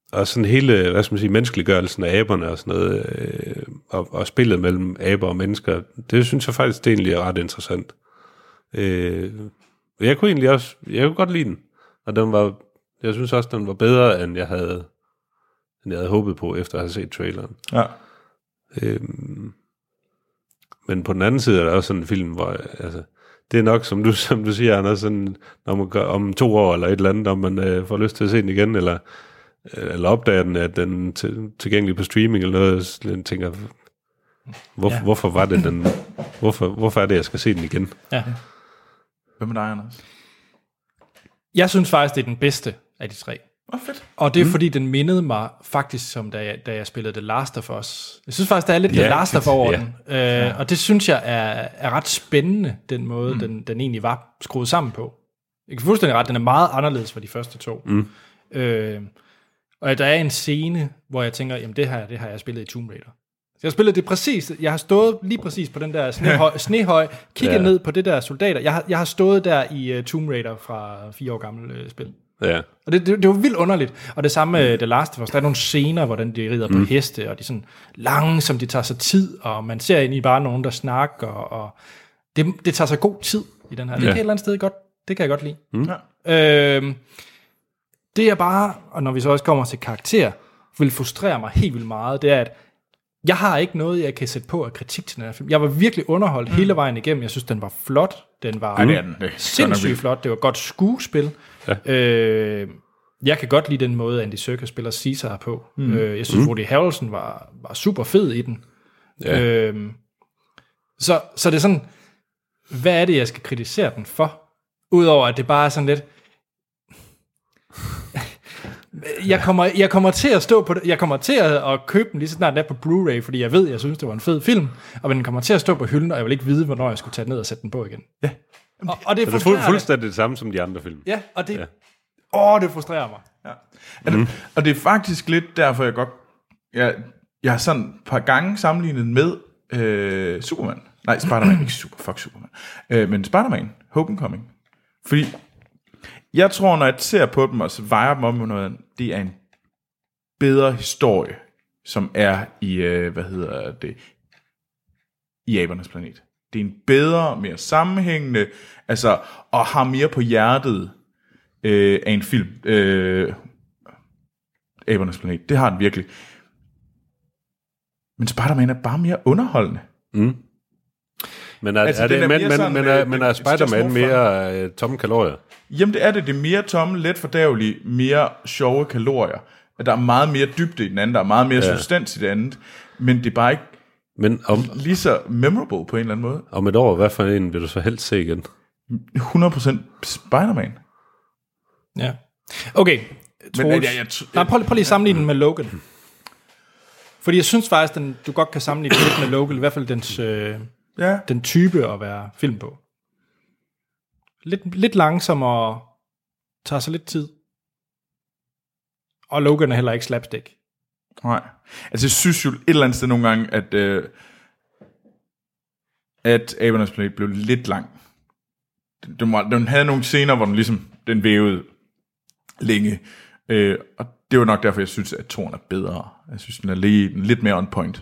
og sådan hele, hvad skal man sige, menneskeliggørelsen af aberne og sådan noget, øh, og, og spillet mellem aber og mennesker, det synes jeg faktisk, det egentlig er ret interessant. Øh, jeg kunne egentlig også, jeg kunne godt lide den, og den var, jeg synes også, den var bedre, end jeg havde, end jeg havde håbet på, efter at have set traileren. Ja. Øh, men på den anden side er der også sådan en film, hvor, altså, det er nok, som du, som du siger, Anders, sådan, når man gør, om to år eller et eller andet, om man øh, får lyst til at se den igen, eller, eller opdager den, at den er tilgængelig på streaming eller noget, så tænker, hvor, ja. hvorfor var det den, hvorfor, hvorfor er det, jeg skal se den igen? Ja. Hvad med dig, Anders? Jeg synes faktisk, det er den bedste af de tre. Åh, oh, fedt. Og det er, mm. fordi den mindede mig faktisk, som da jeg, da jeg spillede The Last of Us. Jeg synes faktisk, der er lidt ja, The Last of Us over ja. den. Øh, ja. Og det synes jeg er, er ret spændende, den måde, mm. den, den egentlig var skruet sammen på. Jeg kan fuldstændig ret, den er meget anderledes fra de første to. Mm. Øh, og der er en scene, hvor jeg tænker, jamen det her, det har jeg spillet i Tomb Raider. Så jeg har spillet det præcis. Jeg har stået lige præcis på den der snehøj, snehøj kigget ja. ned på det der soldater. Jeg har, jeg har stået der i uh, Tomb Raider fra fire år gammel uh, spil. Ja. Og det, det, det var vildt underligt. Og det samme med mm. The Last of Us. Der er nogle scener, hvordan de rider mm. på heste, og de er sådan langsomt, de tager sig tid, og man ser egentlig bare nogen, der snakker, og det, det tager sig god tid i den her. Det ja. kan et eller andet sted godt, det kan jeg godt lide. Mm. Ja. Øhm, det er bare, og når vi så også kommer til karakter, vil frustrere mig helt vildt meget, det er, at jeg har ikke noget, jeg kan sætte på af kritik til den her film. Jeg var virkelig underholdt mm. hele vejen igennem. Jeg synes, den var flot. Den var Ej, det er den. Det sindssygt flot. Det var godt skuespil. Ja. Øh, jeg kan godt lide den måde, Andy Serkis spiller Caesar på. Mm. Øh, jeg synes, mm. Woody Harrelson var, var super fed i den. Ja. Øh, så, så det er sådan, hvad er det, jeg skal kritisere den for? Udover at det bare er sådan lidt... Jeg kommer, jeg kommer til at stå på det, jeg kommer til at, at købe den lige så snart den er på Blu-ray, fordi jeg ved, jeg synes, det var en fed film, og den kommer til at stå på hylden, og jeg vil ikke vide, hvornår jeg skulle tage den ned og sætte den på igen. Ja. Og, og det er, det er fuld, fuldstændig det samme som de andre film. Ja, og det, ja. åh, det frustrerer mig. Ja. Mm. Det, og det er faktisk lidt derfor, jeg godt, jeg, jeg har sådan et par gange sammenlignet med øh, Superman. Nej, Spider-Man, ikke super, fuck Superman. Øh, men Spider-Man, Homecoming. Fordi jeg tror, når jeg ser på dem, og så vejer dem om med noget, det er en bedre historie, som er i, øh, hvad hedder det, i Abernes Planet. Det er en bedre, mere sammenhængende, altså, og har mere på hjertet øh, af en film. Øh, Abernes Planet, det har den virkelig. Men Spider-Man er bare mere underholdende. Mm. Men er, altså, er, det, er men, men, men, er, men er Spider-Man mere uh, tomme kalorier? Jamen det er det, det er mere tomme, let fordærvelige, mere sjove kalorier. Der er meget mere dybde i den anden, der er meget mere ja. substans i det andet, men det er bare ikke men om, lige så memorable på en eller anden måde. Om et år, hvad for en vil du så helst se igen? hundrede procent Spider-Man. Ja. Okay, men, jeg, jeg, jeg, Nej, prøv, prøv lige at sammenligne den med Logan. Fordi jeg synes faktisk, den, du godt kan sammenligne den lidt med Logan, i hvert fald dens, øh, ja. den type at være film på. Lidt, lidt langsom og tager sig lidt tid. Og Logan er heller ikke slapstick. Nej. Altså jeg synes jo et eller andet sted nogle gange, at, øh, at Abernes Planet blev lidt lang. Den, var, den havde nogle scener, hvor den ligesom, den vævede længe. Øh, og det var nok derfor, jeg synes, at toren er bedre. Jeg synes, den er lidt, lidt mere on point.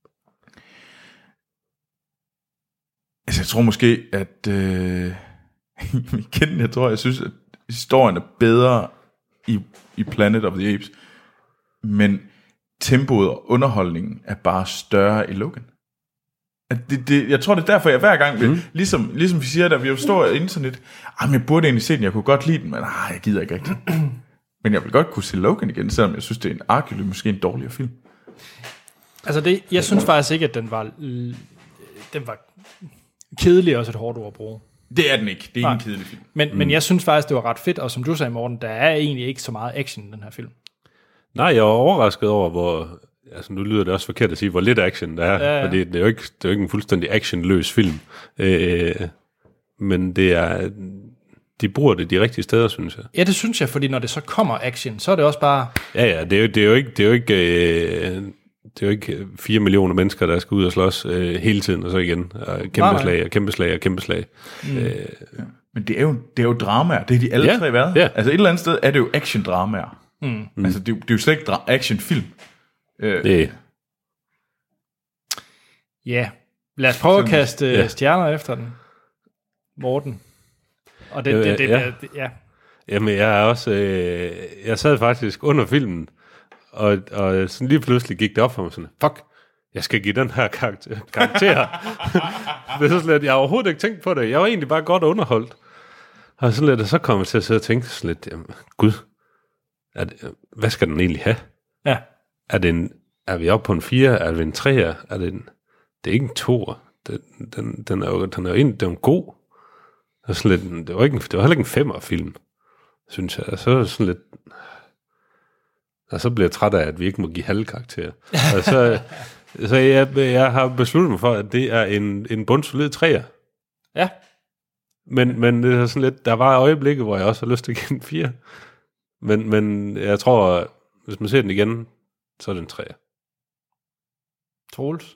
Altså jeg tror måske, at... Øh, igen, jeg tror, jeg synes, at historien er bedre i, i Planet of the Apes, men tempoet og underholdningen er bare større i Logan. At det, det, jeg tror, det er derfor, jeg hver gang vil, mm. ligesom, ligesom vi siger, der vi jo står i internet, ah, jeg burde egentlig se den, jeg kunne godt lide den, men ah, jeg gider ikke rigtigt. Men jeg vil godt kunne se Logan igen, selvom jeg synes, det er en arguably måske en dårligere film. Altså, det, jeg synes faktisk ikke, at den var, den var kedelig, også et hårdt ord at bruge. Det er den ikke. Det er ikke en kedelig film. Men, mm. men jeg synes faktisk, det var ret fedt, og som du sagde, Morten, der er egentlig ikke så meget action i den her film. Nej, jeg er overrasket over, hvor... Altså, nu lyder det også forkert at sige, hvor lidt action der er, ja, ja. Fordi det er jo ikke, det er jo ikke en fuldstændig actionløs film. Øh, men det er... De bruger det de rigtige steder, synes jeg. Ja, det synes jeg, fordi når det så kommer action, så er det også bare... Ja, ja, det er jo, det er jo ikke... Det er jo ikke øh, Det er jo ikke fire millioner mennesker, der skal ud og slås øh, hele tiden, og så igen. Og kæmpe slag, og kæmpe slag, og kæmpe slag. Mm. Øh, ja. Men det er jo, det er jo dramaer. Det er de alle ja, tre været. Ja. Altså et eller andet sted er det jo action-dramaer. Mm. Altså, det, det er jo slet ikke actionfilm. Øh, Det Ja, lad os prøve at Sådan- kaste ja. ja. stjerner efter den. Morten. Og det, Øh, det, det, ja. ja. det ja. Jamen, jeg er også... Øh, jeg sad faktisk under filmen, og, og sådan lige pludselig gik det op for mig sådan, fuck, jeg skal give den her karakter. karakter. Det er så sådan lidt, jeg har overhovedet ikke tænkt på det. Jeg var egentlig bare godt underholdt. Og sådan lidt, og så kom jeg til at sidde og tænke sådan lidt, jamen, gud, er det, hvad skal den egentlig have? Ja. Er, det en, er vi oppe på en fire? Er det en treer? Er det en... Det er ikke en toer. Den, den, den, er jo, den er jo en, den er jo god. Det var, sådan lidt, det, var ikke en, det var heller ikke en femmerfilm, synes jeg. Og så er det sådan lidt... Og så bliver jeg træt af, at vi ikke må give halve karakterer. Og så så jeg, jeg har besluttet mig for, at det er en, en bundsolid treer. Ja. Men, men det er sådan lidt... Der var øjeblikke, hvor jeg også har lyst til at give en fire. Men, men jeg tror, hvis man ser den igen, så er det en treer. Troels.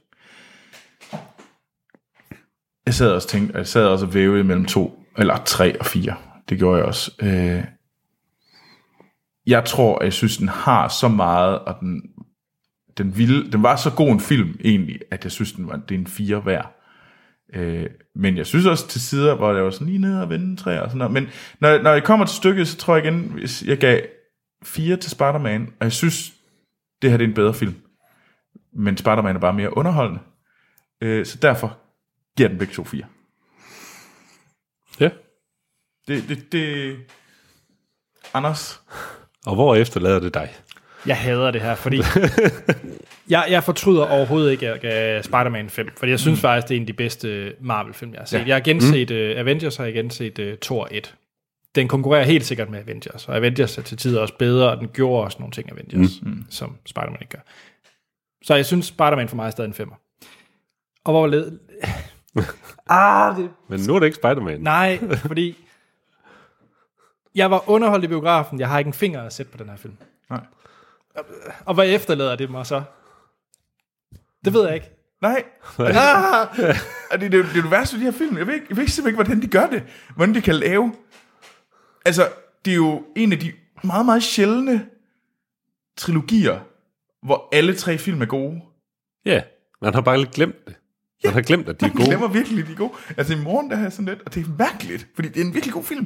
Jeg sad også tænkte, jeg sad også og vævede mellem to, eller tre og fire. Det gjorde jeg også. Øh, jeg tror, at jeg synes, den har så meget, og den, den, ville, den var så god en film egentlig, at jeg synes, den var, det er en fire værd. Øh, men jeg synes også til sider, hvor det var sådan lige nede og vende tre og sådan noget. Men når, når jeg kommer til stykket, så tror jeg igen, hvis jeg gav fire til Spider-Man, og jeg synes, det her det er en bedre film. Men Spider-Man er bare mere underholdende. Øh, så derfor giver den begge to fire. Ja. Det, det, det... Anders? Og hvor efterlader det dig? Jeg hader det her, fordi jeg, jeg fortryder overhovedet ikke, at jeg gav Spider-Man fem, fordi jeg synes mm. faktisk, det er en af de bedste Marvel-film, jeg har set. Ja. Jeg har genset mm. uh, Avengers, og jeg har genset uh, Thor et. Den konkurrerer helt sikkert med Avengers, og Avengers er til tider også bedre, og den gjorde også nogle ting Avengers, mm. som Spider-Man ikke gør. Så jeg synes, Spider-Man for mig er stadig en femmer. Og hvor led... ah, det... Men nu er det ikke Spider-Man. Nej, fordi jeg var underholdt i biografen. Jeg har ikke en finger at sætte på den her film. Nej. Og hvad efterlader det mig så? Det ved jeg ikke. Nej. Ah, det, det, det er det værste ved de her film. Jeg ved, ikke, jeg ved simpelthen ikke, hvordan de gør det. Hvordan de kan lave. Altså, det er jo en af de meget, meget sjældne trilogier, hvor alle tre film er gode. Ja, man har bare lidt glemt det. Man ja, har glemt, at de er man gode. Man glemmer virkelig, at de er gode. Altså, i morgen der har jeg sådan lidt, og det er mærkeligt, fordi det er en virkelig god film.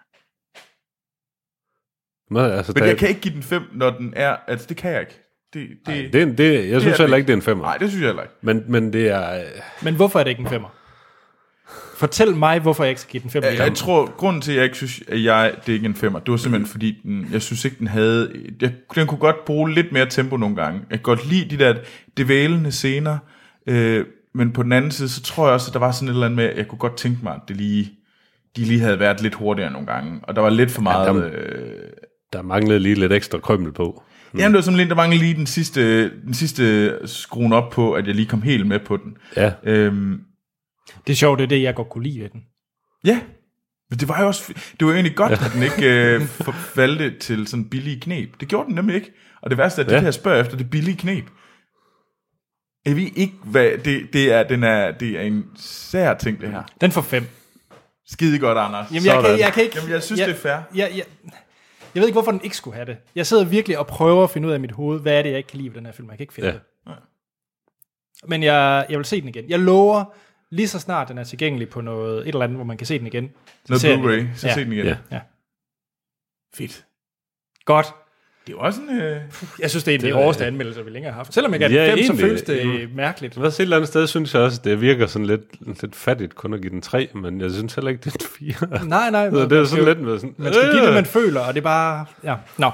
Men, altså, Men der... jeg kan ikke give den fem, når den er... Altså, det kan jeg ikke. Det, det, Ej, det, er, det, jeg det synes heller ikke, det er en femmer. Nej, det synes jeg heller ikke. Men, men det er... Men hvorfor er det ikke en femmer? Fortæl mig, hvorfor jeg ikke skal give den femmer. Jeg, jeg tror, grunden til, at jeg ikke synes, at jeg, det er ikke en femmer, det var simpelthen, fordi den, jeg synes ikke, den havde... Jeg, den kunne godt bruge lidt mere tempo nogle gange. Jeg kan godt lide de der dvælende scener, øh, men på den anden side, så tror jeg også, at der var sådan et eller andet med, at jeg kunne godt tænke mig, at det lige, de lige havde været lidt hurtigere nogle gange. Og der var lidt for meget... Ja, der, øh, der manglede lige lidt ekstra krømmel på. Mm. Jamen, det var simpelthen, der manglede lige den sidste, den sidste skruen op på, at jeg lige kom helt med på den. Ja. Øhm, det er sjovt, det er det, jeg godt kunne lide ved den. Ja, men det var jo også, det var jo egentlig godt, at den ikke øh, forfaldte til sådan billige knep. Det gjorde den nemlig ikke. Og det værste er, at det ja. her spørger efter det billige knep. Jeg ved ikke, hvad det, det er. Den er, det er en sær ting, det her. Den får fem. Skide godt, Anders. Jamen, jeg kan, jeg kan ikke... Jamen, jeg synes, jeg, det er fair. Jeg, jeg, jeg ved ikke, hvorfor den ikke skulle have det. Jeg sidder virkelig og prøver at finde ud af mit hoved, hvad er det, jeg ikke kan lide ved den her film. Jeg kan ikke finde ja. det. Men jeg, jeg vil se den igen. Jeg lover, lige så snart den er tilgængelig på noget, et eller andet, hvor man kan se den igen. Noget Blu-ray, så ja. se den igen. Ja. Ja. Fedt. Godt. Det er jo også en... Øh... Jeg synes, det er en af de hårdeste anmeldelser, vi længere har haft. Selvom jeg gav ja, den fem, så føles det mm. mærkeligt. Men et eller andet sted synes jeg også, det virker sådan lidt, lidt fattigt kun at give den tre, men jeg synes heller ikke, det er en fire. Nej, nej. Så det er sådan lidt med sådan... Man skal øh. give det, man føler, og det er bare... Ja, nå.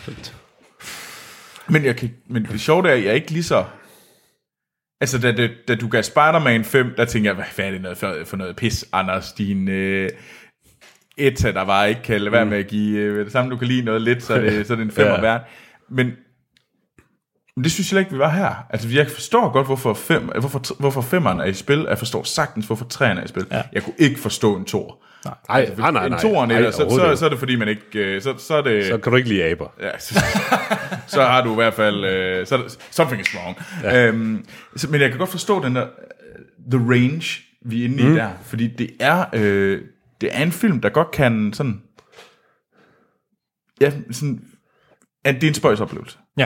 Men, jeg kan, men det sjove er, at jeg ikke lige så... Altså, da, da, da du gav Spider-Man fem, der tænkte jeg, hvad, hvad er det noget for, for noget pis, Anders? Din øh, etta, der var ikke kan lade være med at give... Øh, det samme, du kan lide noget lidt, så er det, så er det en femmer ja. værd. Men, men det synes jeg ikke, vi var her. Altså, jeg forstår godt, hvorfor, fem, hvorfor, hvorfor femmeren er i spil. Jeg forstår sagtens, hvorfor treeren er i spil. Ja. Jeg kunne ikke forstå en toer. Nej, altså, nej, nej, nej. En toeren, nej, så, så, så er det fordi, man ikke... Så, så, er det, så kan du ikke lide aber. Ja, så, så har du i hvert fald... Uh, så det, something is wrong. Ja. Um, så, men jeg kan godt forstå den der... Uh, the range, vi er inde mm. i der. Fordi det er, uh, det er en film, der godt kan sådan... Ja, sådan... at det er en spøjsoplevelse. Ja.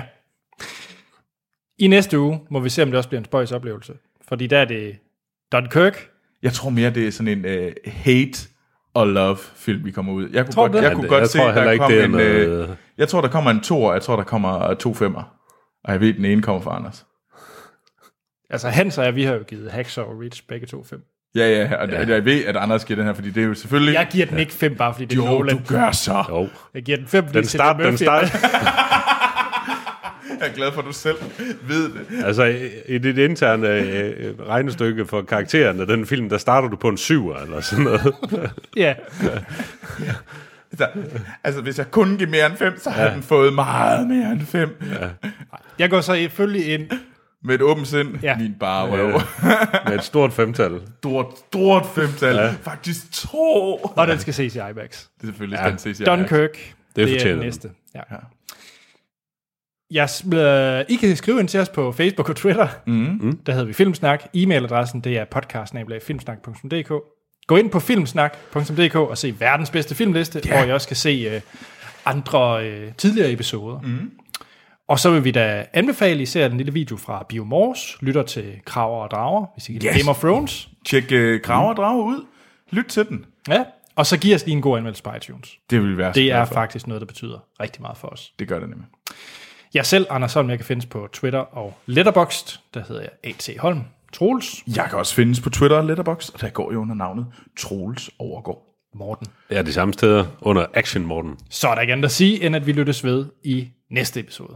I næste uge må vi se, om det også bliver en spøjsoplevelse. Fordi der er det Dunkirk. Jeg tror mere, det er sådan en uh, hate og love film, vi kommer ud. Jeg kunne Tror godt, du det? jeg kunne Jeg godt tror se, heller der ikke, kom det er en... noget- Øh, jeg tror, der kommer en toer, jeg tror, der kommer to femmer. Og jeg ved, den ene kommer fra Anders. Altså Hans og jeg, vi har jo givet Hacksaw og Ridge begge to fem. Ja, ja, og ja. jeg ved, at Anders giver den her, fordi det er jo selvfølgelig... Jeg giver den ikke fem, bare fordi det er jo, Nolan. du gør så. Jo. Jeg giver den fem, fordi Den det er start, den Murphy. start. Jeg er glad for, at du selv ved det. Altså, i, i dit interne øh, regnestykke for karakteren af den film, der starter du på en syver, eller sådan noget. Ja. Så, altså, hvis jeg kun giver mere end fem, så har ja. den fået meget mere end fem. Ja. Jeg går så selvfølgelig ind. Med et åbent sind, Ja. ja. min bare røv. Med et stort femtal. Stort, stort femtal. Ja. Faktisk to. Og den skal ses i IMAX. Det er selvfølgelig, Ja. ja. den ses i Dunkirk. Det Det er fortjener den den. næste. Ja. Ja. Jeg, øh, I kan skrive ind til os på Facebook og Twitter. Mm. Der hedder vi Filmsnak. E-mailadressen, det er podcast bindestreg filmsnak punktum d k. Gå ind på filmsnak punktum d k og se verdens bedste filmliste, yeah. hvor I også kan se øh, andre øh, tidligere episoder. Mm. Og så vil vi da anbefale, I ser den lille video fra Biomors, lytter til Kraver og Drager, hvis I kan yes. Game of Thrones. Tjek uh, Kraver og Drager ud. Lyt til den. Ja, og så giv os lige en god anmeldelse på iTunes. Det vil være Det er for. faktisk noget, der betyder rigtig meget for os. Det gør det nemlig. Jeg selv, Anders Holm, jeg kan findes på Twitter og Letterboxd. Der hedder jeg A T Holm. Troels. Jeg kan også findes på Twitter og Letterboxd, og der går jo under navnet Troels Overgaard. Morten. Ja, de samme steder under Action Morten. Så er der ikke andet at sige, end at vi lyttes ved i næste episode.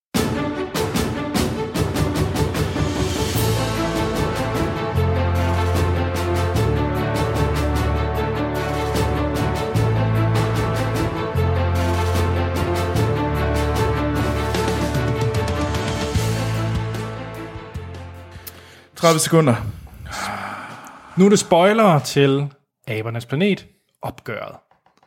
tredive sekunder. Nu er det spoiler til Abernes Planet, opgøret.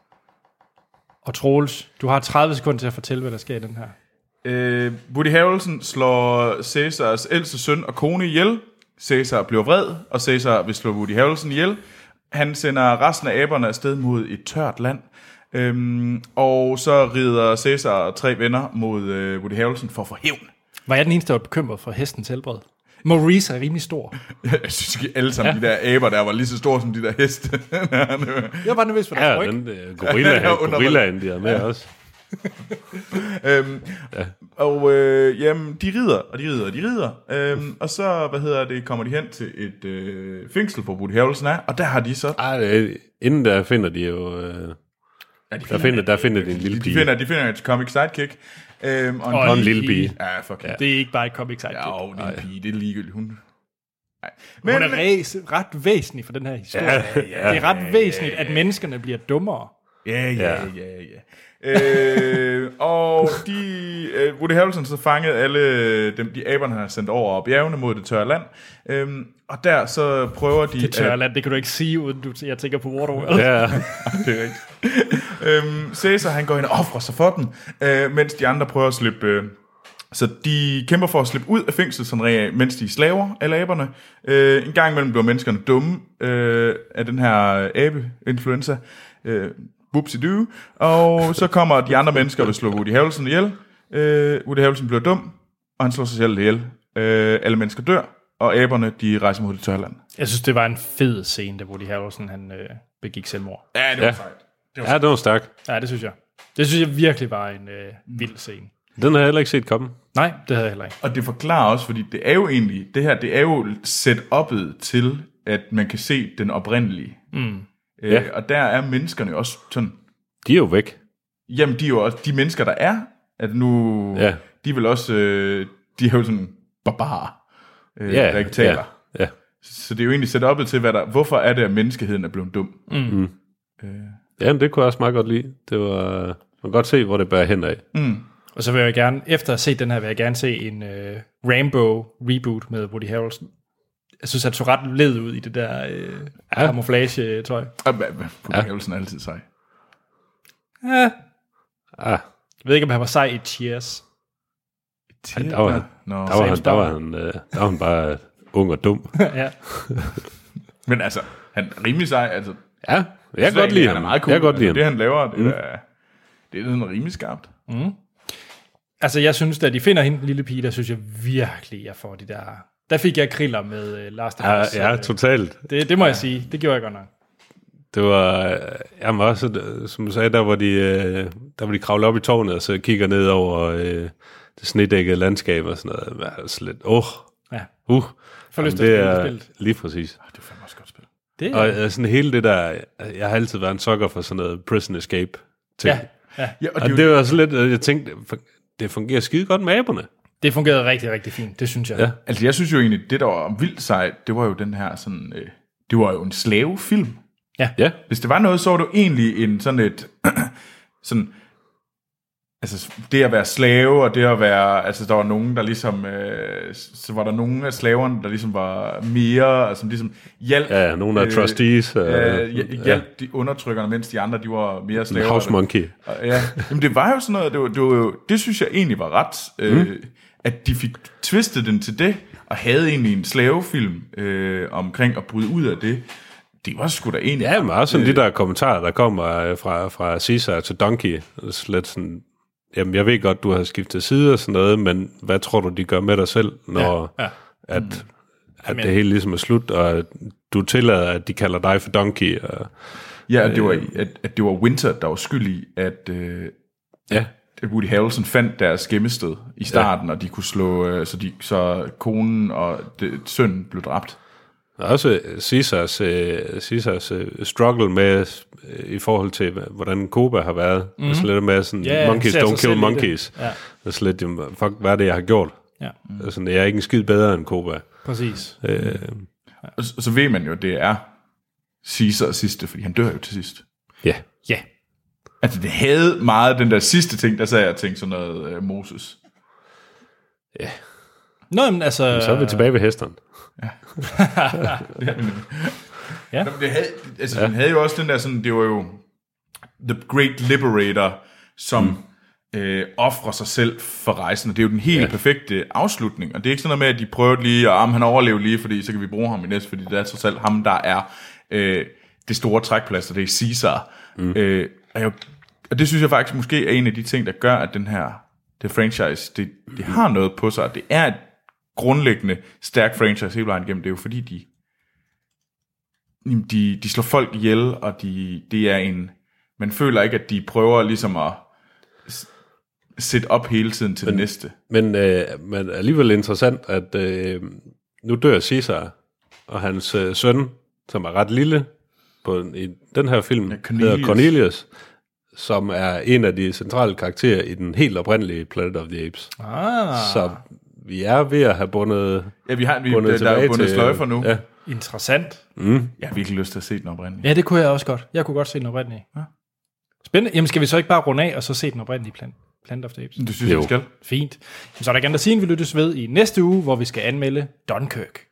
Og Troels, du har tredive sekunder til at fortælle, hvad der sker i den her. Øh, Woody Harrelson slår Cæsars ældste søn og kone ihjel. Cæsar bliver vred, og Cæsar vil slå Woody Harrelson ihjel. Han sender resten af aberne afsted mod et tørt land. Øhm, og så rider Cæsar og tre venner mod øh, Woody Harrelson for at få hævn. Var jeg den eneste, der var bekymret for hestens helbred? Maurice er rimelig stor. Jeg synes ikke alle sammen, ja. De der aber der var lige så store som de der heste. Jeg var nervøs for deres Ja, ryg. den uh, gorilla, gorillaen, de har med ja. også. øhm, ja. Og øh, jamen, de rider, og de rider, og de rider. Øhm, og så, hvad hedder det, kommer de hen til et øh, fængsel, hvor Woody Harrelson er, og der har de så... Ej, inden der finder de jo... Øh, ja, de der, finder, der finder de en lille de pige. Finder, de finder et comic sidekick. Øhm, og, en, og en lille pige. Ja, fuck ja. Det er ikke bare et comic sidekick. Ja, jo, det er en pige, det er ligegyldigt. Hun... Nej. Men, hun er ræs, ret væsentlig for den her historie. Ja, ja, det er ret væsentligt, at menneskerne bliver dummere. Ja, ja, ja, ja. ja. øh, og de, uh, Woody Harrelson så fangede alle dem, de aberne, han har sendt over bjergene mod det tørre land. Øhm, og der så prøver de... Det tørre land, det kan du ikke sige, uden du, jeg tænker på Waterworld. Ja, det er rigtigt. øhm, Cæsar, han går ind og offrer sig for den, øh, mens de andre prøver at slippe... Øh, så de kæmper for at slippe ud af fængslet, sådan, mens de er slaver, alle aberne. Øh, en gang imellem bliver menneskerne dumme øh, af den her abe-influenza. Øh, Whoopsie-doo. Og så kommer de andre mennesker og vil slå Woody Harrelson ihjel. Øh, Woody Harrelson bliver dum, og han slår sig selv ihjel. Øh, alle mennesker dør, og aberne, de rejser mod det tørre land. Jeg synes, det var en fed scene, da Woody Harrelson han, øh, begik selvmord. Ja, det var ja. sejt. Det var ja, det var stærkt. Ja, det synes jeg. Det synes jeg virkelig var en øh, vild scene. Den har jeg heller ikke set komme. Nej, det havde jeg heller ikke. Og det forklarer også, fordi det er jo egentlig, det her, det er jo setup'et til, at man kan se den oprindelige. Mm. Øh, ja. Og der er menneskerne jo også sådan... De er jo væk. Jamen, de er jo også, de mennesker, der er, at nu, ja. de vil også, øh, de er jo sådan barbarer, øh, ja, der ikke taler. Ja. Ja. Så det er jo egentlig setup'et til, hvad der, hvorfor er det, at menneskeheden er blevet dum. Mm. Mm. Øh. Ja, men det kunne jeg også meget godt lide. Det var, man kan godt se, hvor det bærer hen af. Mm. Og så vil jeg gerne, efter at have set den her, vil jeg gerne se en uh, Rambo reboot med Woody Harrelson. Jeg synes, han så ret led ud i det der øh, ja. camouflage-tøj. Ja, Woody ja. Harrelson er altid sej. Ja. Ah. Jeg ved ikke, om han var sej i Cheers. Ja, der var han, no. der, var han, der, var han, øh, der var han bare ung og dum. Ja. Men altså, han er rimelig sej. Altså, ja, jeg kan godt lide ham. Han er meget cool. Jeg kan godt lide altså, ham. Det, han laver, det, mm. er, det er sådan rimelig skarpt. Mm. Altså, jeg synes, da de finder hende, den lille pige, der synes jeg virkelig, jeg får de der... Der fik jeg kriller med uh, Last of Us. Ja, ja, totalt. Det, det må jeg sige. Det gjorde jeg godt nok. Det var, jamen også, som du sagde, der hvor de, der hvor de kravler op i tårnet, og så kigger ned over øh, det snedækkede landskab og sådan noget. Det er altså lidt, åh, oh, ja. uh. For lyst til at spille spillet. Lige præcis. Oh, det er fandme også godt spil. Det er... Og sådan hele det der, jeg har altid været en sukker for sådan noget prison escape ting. Ja, ja. ja og, og det, det var så lidt, jeg tænkte, det fungerer skide godt med aberne. Det fungerede rigtig, rigtig fint, det synes jeg. Ja. Altså jeg synes jo egentlig, det der var vildt sejt, det var jo den her sådan, øh, det var jo en slavefilm. Ja. ja. Hvis det var noget, så var det jo egentlig en sådan et, sådan, altså det at være slave, og det at være, altså der var nogen, der ligesom, øh, så var der nogle af slaverne, der ligesom var mere, altså ligesom hjalp. Ja, nogle af øh, trustees. Øh, øh, hjalp ja. de undertrykkerne, mens de andre, de var mere slaver. En house monkey. Og, ja, jamen det var jo sådan noget, det, var, det, var jo, det synes jeg egentlig var ret, øh, mm. at de fik twistet den til det, og havde egentlig en slavefilm øh, omkring at bryde ud af det. Det var sgu da egentlig... Ja, men også sådan øh, de der kommentarer, der kommer fra, fra Caesar til Donkey, lidt sådan, jamen jeg ved godt, du har skiftet side og sådan noget, men hvad tror du, de gør med dig selv, når ja, ja. at, mm. at det hele ligesom er slut, og du tillader, at de kalder dig for Donkey? Og, ja, at det, var, at, at det var Winter, der var skyld i, at, øh, ja. at Woody Harrelson fandt deres gemmested i starten, ja. og de kunne slå, øh, så, de, så konen og det, sønnen blev dræbt. Også Caesars, uh, Caesars uh, struggle med uh, i forhold til, hvordan Koba har været. Mm-hmm. Altså lidt med sådan, yeah, monkeys don't kill monkeys. Det. Ja. Altså lidt, fuck, hvad er det, jeg har gjort? Ja. Mm. Altså, jeg er ikke en skid bedre end Koba. Præcis. Uh, ja. og, så, og så ved man jo, det er Caesars sidste, fordi han dør jo til sidst. Ja. Yeah. Ja. Yeah. Altså, det havde meget den der sidste ting, der sagde jeg tænkte sådan noget uh, Moses. Ja. Yeah. Nå, men altså... Men så er vi tilbage ved hesteren. Ja. ja. Det havde, altså, ja. Den havde jo også den der sådan, det var jo The Great Liberator, som mm. øh, offrer sig selv for rejsen, og det er jo den helt ja. perfekte afslutning, og det er ikke sådan noget med, at de prøvede lige, og om han overlever lige, fordi så kan vi bruge ham i næste, fordi det er trods alt ham, der er øh, det store trækplads, og det er Caesar. Mm. Øh, og, jeg, og det synes jeg faktisk måske er en af de ting, der gør, at den her det franchise, det, det har noget på sig, det er et grundlæggende stærk franchise hele vejen igennem. Det er jo fordi, de, de, de slår folk ihjel, og de, det er en... Man føler ikke, at de prøver ligesom at sætte op hele tiden til men, det næste. Men, øh, men alligevel interessant, at øh, nu dør Caesar, og hans øh, søn, som er ret lille på, i den her film, ja, Cornelius. hedder Cornelius, som er en af de centrale karakterer i den helt oprindelige Planet of the Apes. Ah. Så vi er ved at have bundet Ja, vi har vi, der, der er bundet sløjfer nu. Ja. Interessant. Mm. Jeg har virkelig lyst til at se den oprindelige. Ja, det kunne jeg også godt. Jeg kunne godt se den oprindelige. Ja. Spændende. Jamen, skal vi så ikke bare runde af, og så se den oprindelige plan- Planet of the Apes? Du synes, jo. vi skal? Fint. Så er der gerne at sige, at vi lyttes ved i næste uge, hvor vi skal anmelde Dunkirk.